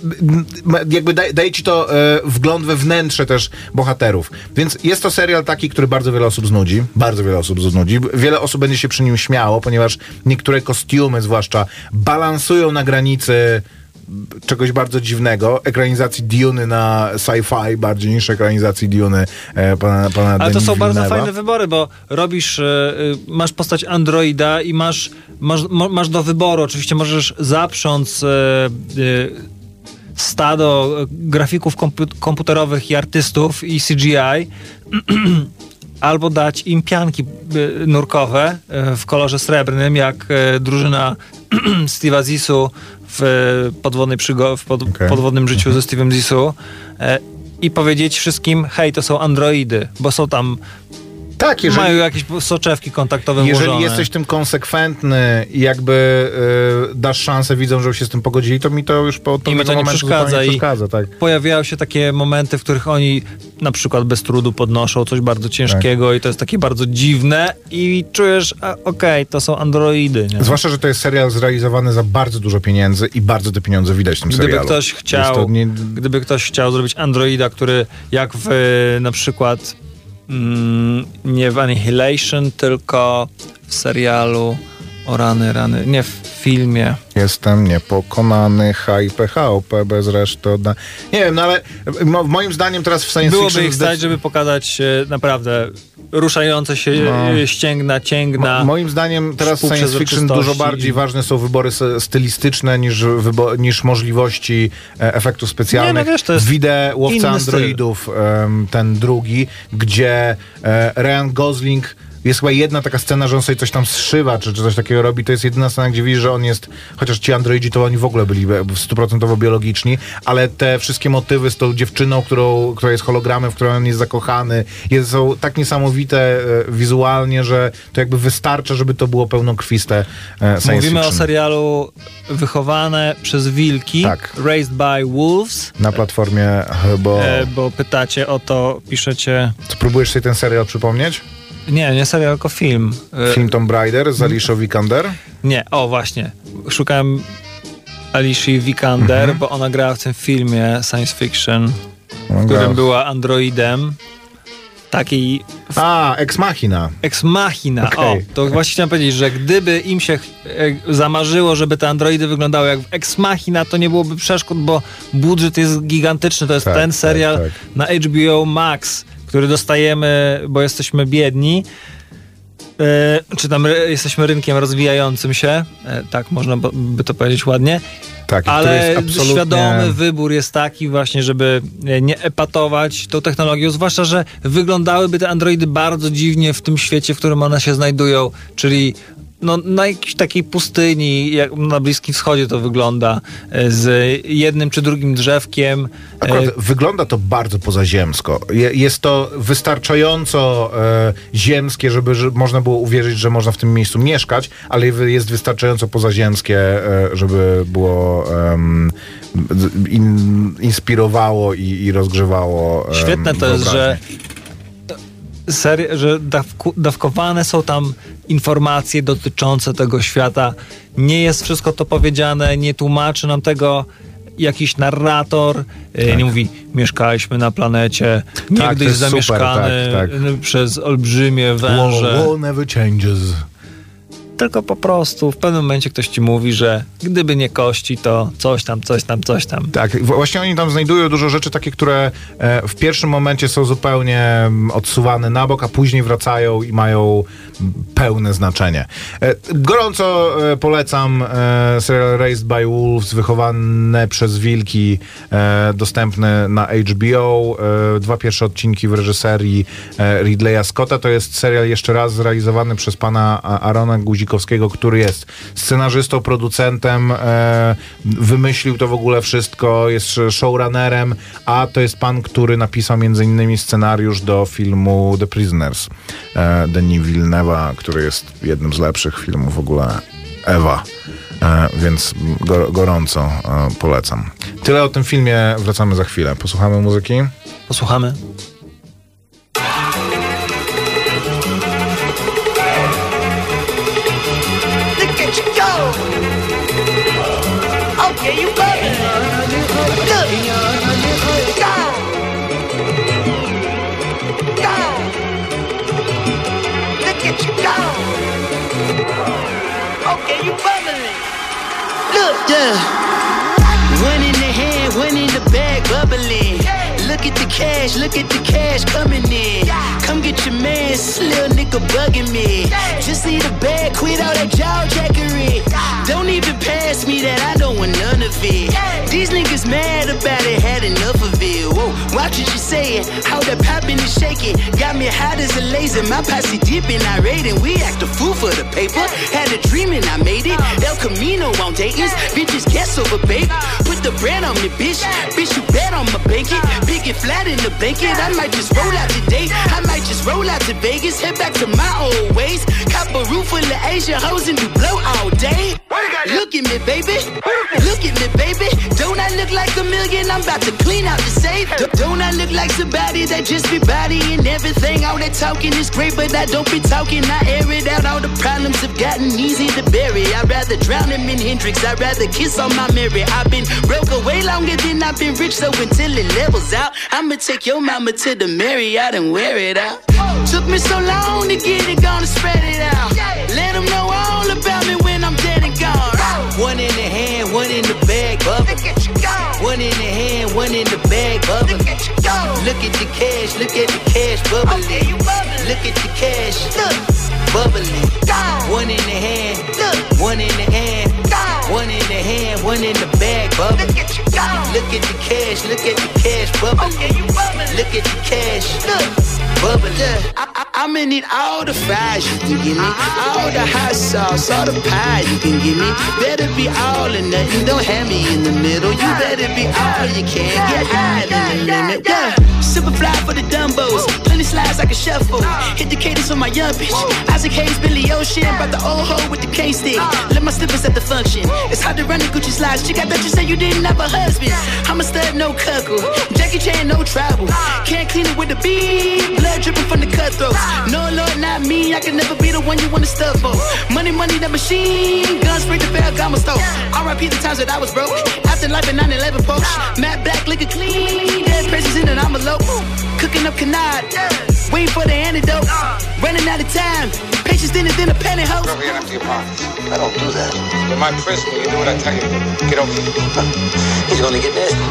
jakby daje, daje ci to e, wgląd we wnętrze też bohaterów. Więc jest to serial taki, który bardzo wiele osób znudzi. Bardzo wiele osób znudzi. Wiele osób będzie się przy nim śmiało, ponieważ niektóre kostiumy zwłaszcza balansują na granicy czegoś bardzo dziwnego. Ekranizacji Duny na sci-fi bardziej niż ekranizacji Duny e, pana, pana Ale to są Villeneuve'a. bardzo fajne wybory, bo robisz, e, masz postać androida i masz, masz, masz do wyboru. Oczywiście możesz zaprząc e, e, stado grafików kompu- komputerowych i artystów i C G I albo dać im pianki y, nurkowe y, w kolorze srebrnym, jak y, drużyna Steve'a Zissou w, podwodnej przygo- w pod- okay. podwodnym życiu ze Steve'em Zissou y, i powiedzieć wszystkim, hej, to są androidy, bo są tam Tak, jeżeli, mają jakieś soczewki kontaktowe jeżeli włożone. jesteś tym konsekwentny i jakby y, dasz szansę widzom, żeby się z tym pogodzili, to mi to już po I mi to nie przeszkadza. nie przeszkadza. Tak. Pojawiają się takie momenty, w których oni na przykład bez trudu podnoszą coś bardzo ciężkiego tak. i to jest takie bardzo dziwne i czujesz, okej, okay, to są androidy. Nie? Zwłaszcza, że to jest serial zrealizowany za bardzo dużo pieniędzy i bardzo te pieniądze widać w tym gdyby serialu. Ktoś chciał, nie... Gdyby ktoś chciał zrobić androida, który jak w na przykład Mm, nie w Annihilation, tylko w serialu o rany, rany, nie w filmie. Jestem niepokonany, H I P H O P bez reszty odda... Nie wiem, no ale mo- moim zdaniem teraz w science Byłoby fiction... ich stać, żeby pokazać e, naprawdę ruszające się no. ścięgna, cięgna. Mo- moim zdaniem teraz w science fiction dużo bardziej ważne są wybory stylistyczne niż, wybo- niż możliwości e, efektów specjalnych. Nie, no wiesz, to jest Widzę Łowca Androidów, um, ten drugi, gdzie e, Ryan Gosling jest chyba jedna taka scena, że on sobie coś tam zszywa, czy, czy coś takiego robi. To jest jedyna scena, gdzie widzisz, że on jest, chociaż ci androidzi to oni w ogóle byli stuprocentowo biologiczni, ale te wszystkie motywy z tą dziewczyną, którą, która jest hologramem, w którą on jest zakochany, jest, są tak niesamowite e, wizualnie, że to jakby wystarcza, żeby to było pełnokrwiste e, science Mówimy fiction. o serialu Wychowane przez wilki, tak. Raised by Wolves. Na platformie chyba... E, bo pytacie o to, piszecie... Co, próbujesz sobie ten serial przypomnieć? Nie, nie serial, tylko film. Film Tomb Raider z Alicia Vikander? Nie, o właśnie. Szukałem Alicia Vikander, mhm. bo ona grała w tym filmie science fiction, w którym była androidem. takiej A, Ex Machina. Ex Machina. Okay. O, to właśnie chciałem powiedzieć, że gdyby im się e, zamarzyło, żeby te androidy wyglądały jak w Ex Machina, to nie byłoby przeszkód, bo budżet jest gigantyczny. To jest tak, ten serial tak, tak. na H B O Max, który dostajemy, bo jesteśmy biedni. E, czy tam re, jesteśmy rynkiem rozwijającym się. E, tak można by to powiedzieć ładnie. Tak, ale jest absolutnie... świadomy wybór jest taki właśnie, żeby nie epatować tą technologią, zwłaszcza, że wyglądałyby te androidy bardzo dziwnie w tym świecie, w którym one się znajdują, czyli no, na jakiejś takiej pustyni, jak na Bliskim Wschodzie to wygląda, z jednym czy drugim drzewkiem. Akurat wygląda to bardzo pozaziemsko. Je, jest to wystarczająco e, ziemskie, żeby że można było uwierzyć, że można w tym miejscu mieszkać, ale jest wystarczająco pozaziemskie, e, żeby było um, in, inspirowało i, i rozgrzewało um, Świetne to jest, że Serii, że dawku, dawkowane są tam informacje dotyczące tego świata. Nie jest wszystko to powiedziane, nie tłumaczy nam tego jakiś narrator, tak. Nie mówi, mieszkaliśmy na planecie, niegdyś tak, zamieszkany super, tak, tak. przez olbrzymie węże. Wall, wall never changes. Tylko po prostu w pewnym momencie ktoś ci mówi, że gdyby nie kości, to coś tam, coś tam, coś tam. Tak, właśnie oni tam znajdują dużo rzeczy takie, które e, w pierwszym momencie są zupełnie odsuwane na bok, a później wracają i mają pełne znaczenie. E, gorąco e, polecam e, serial Raised by Wolves, Wychowane przez wilki, e, dostępny na H B O. E, dwa pierwsze odcinki w reżyserii e, Ridleya Scotta. To jest serial jeszcze raz zrealizowany przez pana Arona Guzikowskiego, który jest scenarzystą, producentem, e, wymyślił to w ogóle wszystko, jest showrunnerem, a to jest pan, który napisał między innymi scenariusz do filmu The Prisoners e, Denis Villeneuve'a, który jest jednym z lepszych filmów w ogóle Ewa. E, więc go, gorąco e, polecam. Tyle o tym filmie, wracamy za chwilę. Posłuchamy muzyki? Posłuchamy. Okay, you bugging. Look. Go. Go. Look at you go. Okay, you bubbling. Look, yeah. One in the hand, one in the bag, bubbling. Look at the cash, look at the cash coming in. Come get your man, little nigga bugging me. Just need a bag, quit all that jaw jackery. Don't even pass me that, I don't want none of it. These niggas mad about it, had enough of it. Whoa, watch what you saying, how that poppin' and shaking. Got me hot as a laser, my posse dipping, I raiding. We act a fool for the paper, had a dream and I made it. El Camino on Dayton's, bitches guess over, baby. Put the brand on me, bitch, bitch you bet on my blanket. Big it flat in the blanket, I might just roll out today. I might just roll out to Vegas, head back to my old ways. Cop a roof full of Asian hoes and do blow all day. Look at me, baby. Look at me, baby. Don't I look like a million? I'm about to clean out the safe. Don't I look like somebody that just be bodying everything? All that talking is great, but I don't be talking. I air it out. All the problems have gotten easy to bury. I'd rather drown him in Hendrix. I'd rather kiss on my Mary. I've been broke way longer than I've been rich, so until it levels out, I'ma take your mama to the Marriott and wear it out. Took me so long to get it, gonna spread it out. Let them know all about me when I'm dead and gone. One in the hand, one in the bag, bubble. One in the hand, one in the bag, bubble. Look at the cash, look at the cash, bubbling. Look at the cash, bubbling. One in the hand, one in the hand, one in the hand, one in the bag, bubble. Look at the cash, look at the cash, bubbling. Look at the cash, bubbling. I, I, I'ma need all the fries you can give me, all the hot sauce, all the pie you can give me. Better be all or nothing, don't have me in the middle. You better be all you can, get higher than the limit. Yeah, super fly for the Dumbos, plenty slides like a shuffle. Hit the cadence on my young bitch, Isaac Hayes, Billy Ocean, brought the old hoe with the K-stick. left my slippers at the function. It's hard to run the Gucci slides. Chick, I thought you said you didn't have a husband. I'm a stud, no cuckoo. Jackie Chan, no travel. Can't clean it with the beat. Blood dripping from the cutthroats. No, Lord, not me. I can never be the one you want to stuff for. Money, money, the machine. Guns straight to Ferragamo store. R I P the times that I was broke. After life in nine eleven post. Matte black, liquor clean. Dead presses in and I'm alone. Cooking up canard. Waiting for the antidote. Running out of time. Patience thinner than a pantyhose. Over here and empty your pockets. I don't do that. In my prison, you do what I tell you. Get over here. He's gonna get nasty.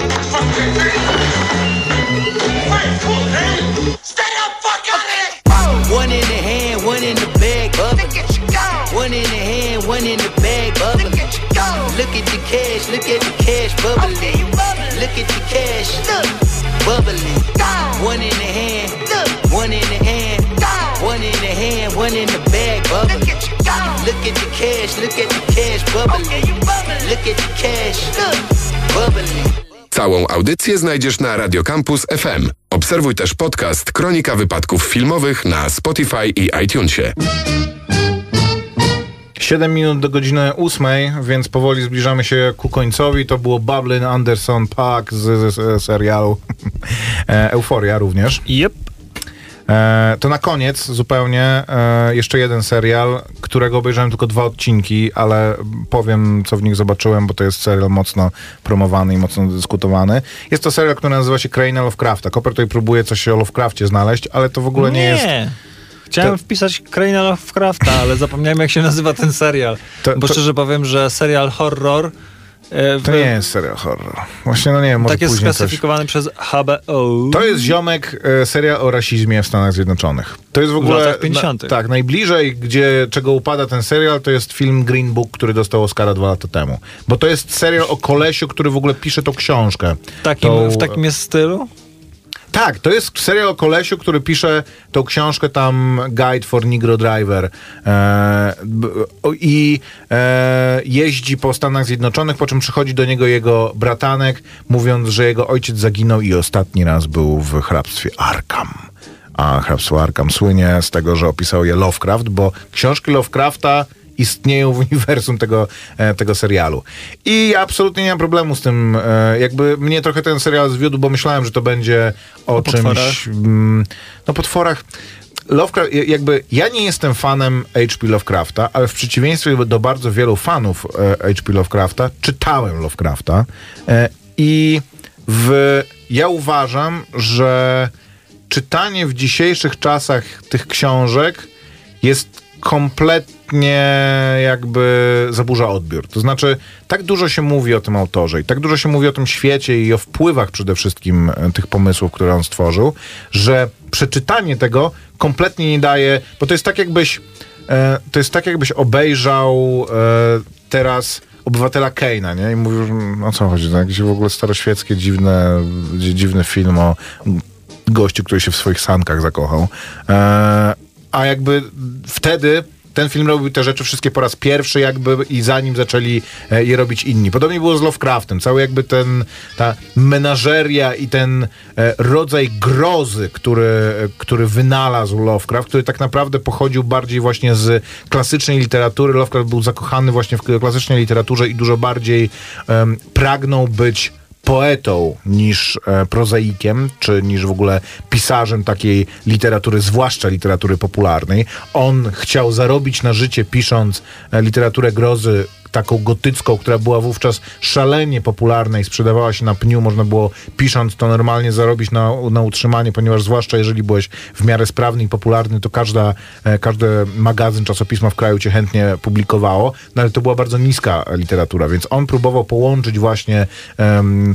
Stay up, fuck out of here! One in the hand, one in the bag, bubbling. One in the hand, one in the bag, bubbling. Look at the cash, look at the cash, bubbling. Look at the cash, look, bubbling. One in the hand, one in the hand, one in the hand, one in the bag, bubbling. Look at the cash, look at the cash, bubbling. Look at the cash, look, bubbling. Całą audycję znajdziesz na Radio Campus F M. Obserwuj też podcast Kronika Wypadków Filmowych na Spotify i iTunesie. siedem minut do godziny ósmej, więc powoli zbliżamy się ku końcowi. To było Bublin Anderson Paak z, z, z serialu Euforia również. Yep. E, to na koniec zupełnie e, jeszcze jeden serial, którego obejrzałem tylko dwa odcinki, ale powiem, co w nich zobaczyłem, bo to jest serial mocno promowany i mocno dyskutowany. Jest to serial, który nazywa się Kraina Lovecrafta. Koper tutaj próbuje coś o Lovecrafcie znaleźć, ale to w ogóle nie, nie jest... Chciałem to... wpisać Kraina Lovecrafta, ale zapomniałem, jak się nazywa ten serial. To, bo to... szczerze powiem, że serial horror... E, w... To nie jest serial horror. Właśnie, no nie wiem, może tak jest później sklasyfikowany coś... przez H B O. To jest ziomek, e, serial o rasizmie w Stanach Zjednoczonych. To jest w ogóle... W latach pięćdziesiątych. Na, tak, najbliżej, gdzie, czego upada ten serial, to jest film Green Book, który dostał Oscara dwa lata temu. Bo to jest serial o kolesiu, który w ogóle pisze tą książkę. Takim, tą... W takim jest stylu? Tak, to jest serial o kolesiu, który pisze tą książkę tam Guide for Negro Driver e, i e, jeździ po Stanach Zjednoczonych, po czym przychodzi do niego jego bratanek, mówiąc, że jego ojciec zaginął i ostatni raz był w hrabstwie Arkham. A hrabstwo Arkham słynie z tego, że opisał je Lovecraft, bo książki Lovecrafta istnieją w uniwersum tego, tego serialu. I ja absolutnie nie mam problemu z tym. Jakby mnie trochę ten serial zwiódł, bo myślałem, że to będzie o, o czymś... Potworach. No potworach... Lovecraft, jakby ja nie jestem fanem H P Lovecrafta, ale w przeciwieństwie do bardzo wielu fanów H P Lovecrafta czytałem Lovecrafta i w, ja uważam, że czytanie w dzisiejszych czasach tych książek jest kompletnie jakby zaburza odbiór. To znaczy, tak dużo się mówi o tym autorze i tak dużo się mówi o tym świecie i o wpływach przede wszystkim tych pomysłów, które on stworzył, że przeczytanie tego kompletnie nie daje, bo to jest tak jakbyś e, to jest tak jakbyś obejrzał e, teraz Obywatela Kane'a, nie? I mówił, o co chodzi? To jakieś w ogóle staroświeckie, dziwne, dziwny film o gościu, który się w swoich sankach zakochał. E, A jakby wtedy ten film robił te rzeczy wszystkie po raz pierwszy jakby i zanim zaczęli je robić inni. Podobnie było z Lovecraftem. Cały jakby ten, ta menażeria i ten rodzaj grozy, który, który wynalazł Lovecraft, który tak naprawdę pochodził bardziej właśnie z klasycznej literatury. Lovecraft był zakochany właśnie w klasycznej literaturze i dużo bardziej um, pragnął być poetą niż e, prozaikiem, czy niż w ogóle pisarzem takiej literatury, zwłaszcza literatury popularnej. On chciał zarobić na życie pisząc e, literaturę grozy taką gotycką, która była wówczas szalenie popularna i sprzedawała się na pniu. Można było, pisząc to, normalnie zarobić na, na utrzymanie, ponieważ zwłaszcza jeżeli byłeś w miarę sprawny i popularny, to każda, e, każdy magazyn, czasopismo w kraju cię chętnie publikowało, no ale to była bardzo niska literatura, więc on próbował połączyć właśnie um,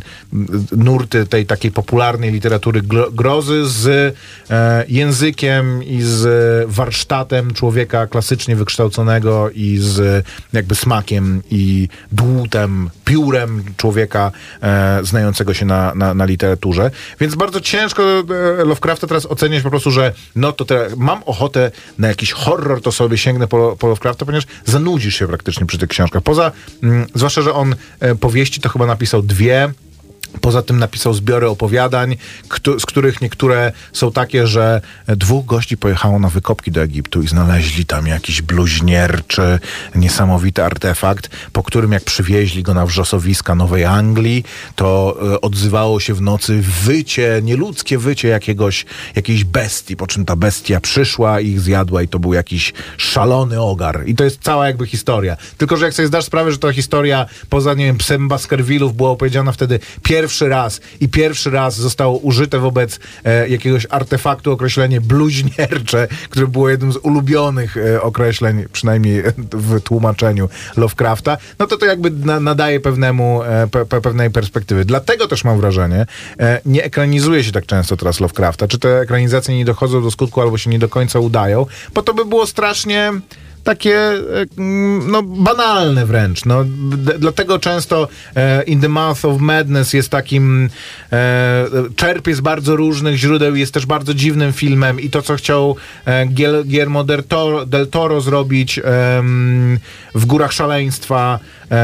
nurty tej takiej popularnej literatury gro, grozy z e, językiem i z warsztatem człowieka klasycznie wykształconego i z jakby smakiem i dłutem, piórem człowieka e, znającego się na, na, na literaturze. Więc bardzo ciężko e, Lovecrafta teraz oceniać po prostu, że no to teraz mam ochotę na jakiś horror, to sobie sięgnę po, po Lovecrafta, ponieważ zanudzisz się praktycznie przy tych książkach. Poza, m, zwłaszcza, że on e, powieści to chyba napisał dwie, Poza tym napisał zbiory opowiadań, kto, z których niektóre są takie, że dwóch gości pojechało na wykopki do Egiptu i znaleźli tam jakiś bluźnierczy, niesamowity artefakt, po którym jak przywieźli go na wrzosowiska Nowej Anglii, to e, odzywało się w nocy wycie, nieludzkie wycie jakiegoś, jakiejś bestii, po czym ta bestia przyszła i ich zjadła i to był jakiś szalony ogar. I to jest cała jakby historia. Tylko, że jak sobie zdasz sprawę, że to historia poza, nie wiem, psem Baskervillów była opowiedziana wtedy pierwszy raz i pierwszy raz zostało użyte wobec e, jakiegoś artefaktu określenie bluźniercze, które było jednym z ulubionych e, określeń, przynajmniej w tłumaczeniu Lovecrafta, no to to jakby na, nadaje pewnemu, e, pe, pe, pewnej perspektywy. Dlatego też mam wrażenie, e, nie ekranizuje się tak często teraz Lovecrafta. Czy te ekranizacje nie dochodzą do skutku albo się nie do końca udają, bo to by było strasznie takie no, banalne wręcz. No, d- dlatego często e, In the Mouth of Madness jest takim e, czerpie z bardzo różnych źródeł, jest też bardzo dziwnym filmem i to, co chciał e, Guillermo del Toro, del Toro zrobić e, w Górach Szaleństwa,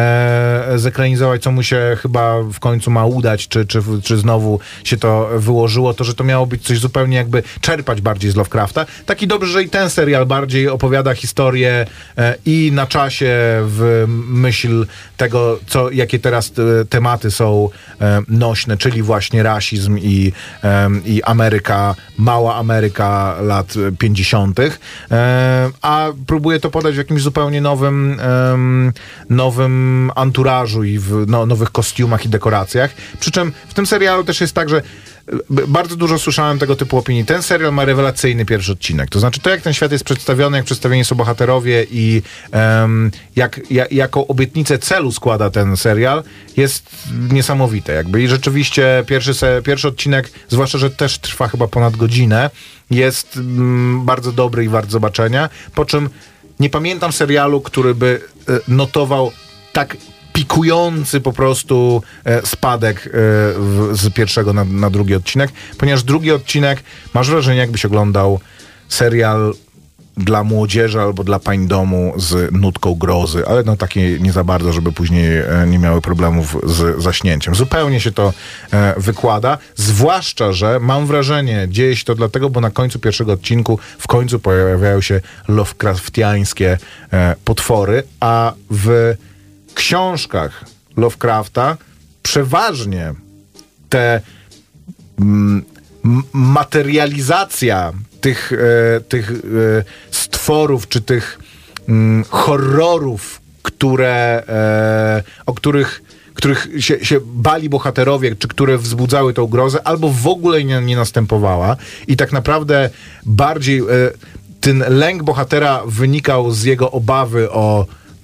e, zekranizować, co mu się chyba w końcu ma udać, czy, czy, czy znowu się to wyłożyło, to, że to miało być coś zupełnie jakby czerpać bardziej z Lovecrafta. Taki dobrze, że i ten serial bardziej opowiada historię e, i na czasie w myśl tego, co, jakie teraz te, tematy są e, nośne, czyli właśnie rasizm i, e, i Ameryka, mała Ameryka lat pięćdziesiątych. E, a próbuje to podać w jakimś zupełnie nowym e, nowym anturażu i w no, nowych kostiumach i dekoracjach. Przy czym w tym serialu też jest tak, że bardzo dużo słyszałem tego typu opinii. Ten serial ma rewelacyjny pierwszy odcinek. To znaczy to, jak ten świat jest przedstawiony, jak przedstawieni są bohaterowie i um, jak, jak, jaką obietnicę celu składa ten serial, jest niesamowite. Jakby. I rzeczywiście pierwszy, se, pierwszy odcinek, zwłaszcza, że też trwa chyba ponad godzinę, jest mm, bardzo dobry i wart zobaczenia. Po czym nie pamiętam serialu, który by e, notował tak pikujący po prostu e, spadek e, w, z pierwszego na, na drugi odcinek, ponieważ drugi odcinek, masz wrażenie, jakbyś oglądał serial dla młodzieży albo dla pań domu z nutką grozy, ale no takie nie za bardzo, żeby później e, nie miały problemów z zaśnięciem. Zupełnie się to e, wykłada, zwłaszcza, że mam wrażenie, dzieje się to dlatego, bo na końcu pierwszego odcinku w końcu pojawiają się Lovecraftiańskie e, potwory, a w książkach Lovecrafta przeważnie te m, materializacja tych, e, tych e, stworów, czy tych m, horrorów, które, e, o których, których się, się bali bohaterowie, czy które wzbudzały tą grozę, albo w ogóle nie, nie następowała. I tak naprawdę bardziej e, ten lęk bohatera wynikał z jego obawy o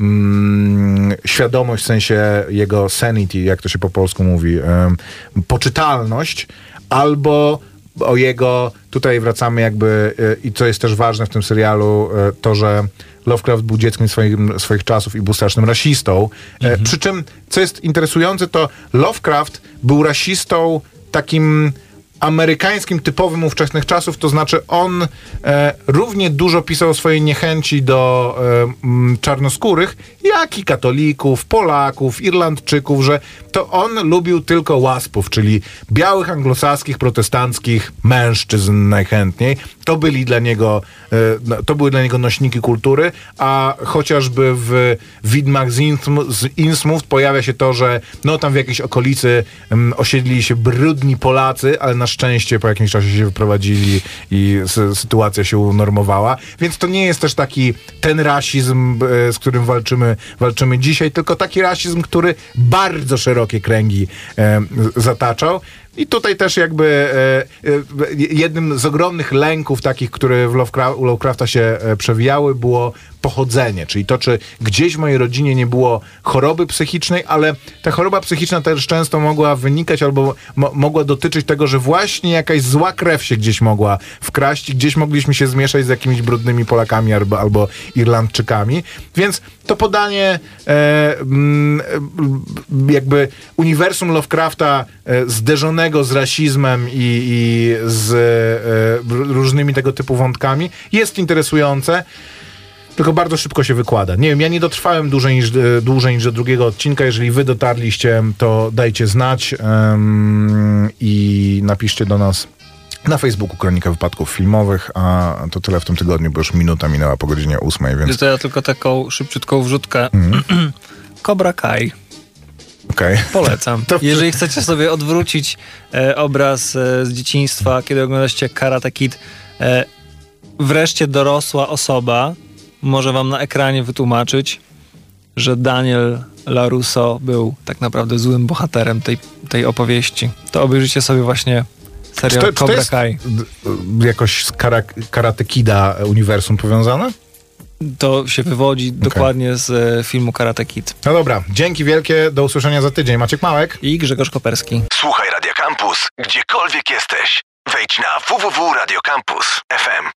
Mm, świadomość, w sensie jego sanity, jak to się po polsku mówi, um, poczytalność, albo o jego, tutaj wracamy jakby, y, i co jest też ważne w tym serialu, y, to, że Lovecraft był dzieckiem swoich, swoich czasów i był strasznym rasistą. Mhm. Y, przy czym, co jest interesujące, to Lovecraft był rasistą takim amerykańskim, typowym ówczesnych czasów, to znaczy on e, równie dużo pisał o swojej niechęci do e, m, czarnoskórych, jak i katolików, Polaków, Irlandczyków, że to on lubił tylko łaspów, czyli białych, anglosaskich, protestanckich mężczyzn najchętniej. To byli dla niego, e, to były dla niego nośniki kultury, a chociażby w Widmach z, Innsm- z Innsmouth pojawia się to, że no tam w jakiejś okolicy m, osiedlili się brudni Polacy, ale na szczęście po jakimś czasie się wyprowadzili i sy- sytuacja się unormowała. Więc to nie jest też taki ten rasizm, e, z którym walczymy, walczymy dzisiaj, tylko taki rasizm, który bardzo szerokie kręgi e, zataczał. I tutaj też jakby e, e, jednym z ogromnych lęków takich, które w Lovecraft, u Lovecrafta się e, przewijały, było pochodzenie, czyli to, czy gdzieś w mojej rodzinie nie było choroby psychicznej, ale ta choroba psychiczna też często mogła wynikać albo mo- mogła dotyczyć tego, że właśnie jakaś zła krew się gdzieś mogła wkraść i gdzieś mogliśmy się zmieszać z jakimiś brudnymi Polakami albo, albo Irlandczykami. Więc to podanie e, m, jakby uniwersum Lovecrafta e, zderzonego z rasizmem i, i z e, różnymi tego typu wątkami jest interesujące. tylko bardzo szybko się wykłada. Nie wiem, ja nie dotrwałem dłużej niż, dłużej niż do drugiego odcinka. Jeżeli wy dotarliście, to dajcie znać um, i napiszcie do nas na Facebooku Kronika Wypadków Filmowych, a to tyle w tym tygodniu, bo już minuta minęła po godzinie ósmej, więc... To ja tylko taką szybciutką wrzutkę. Mm. Cobra Kai. Okay. Polecam. To... Jeżeli chcecie sobie odwrócić e, obraz e, z dzieciństwa, kiedy oglądacie Karate Kid, e, wreszcie dorosła osoba może wam na ekranie wytłumaczyć, że Daniel LaRusso był tak naprawdę złym bohaterem tej, tej opowieści. To obejrzyjcie sobie właśnie serial to, Cobra to jest Kai. Jakoś z kara, Karate Kida uniwersum powiązane? To się wywodzi okay. dokładnie z e, filmu Karate Kid. No dobra, dzięki wielkie, do usłyszenia za tydzień. Maciek Małek i Grzegorz Koperski. Słuchaj Radia Campus, gdziekolwiek jesteś. Wejdź na w w w kropka radio campus kropka f m.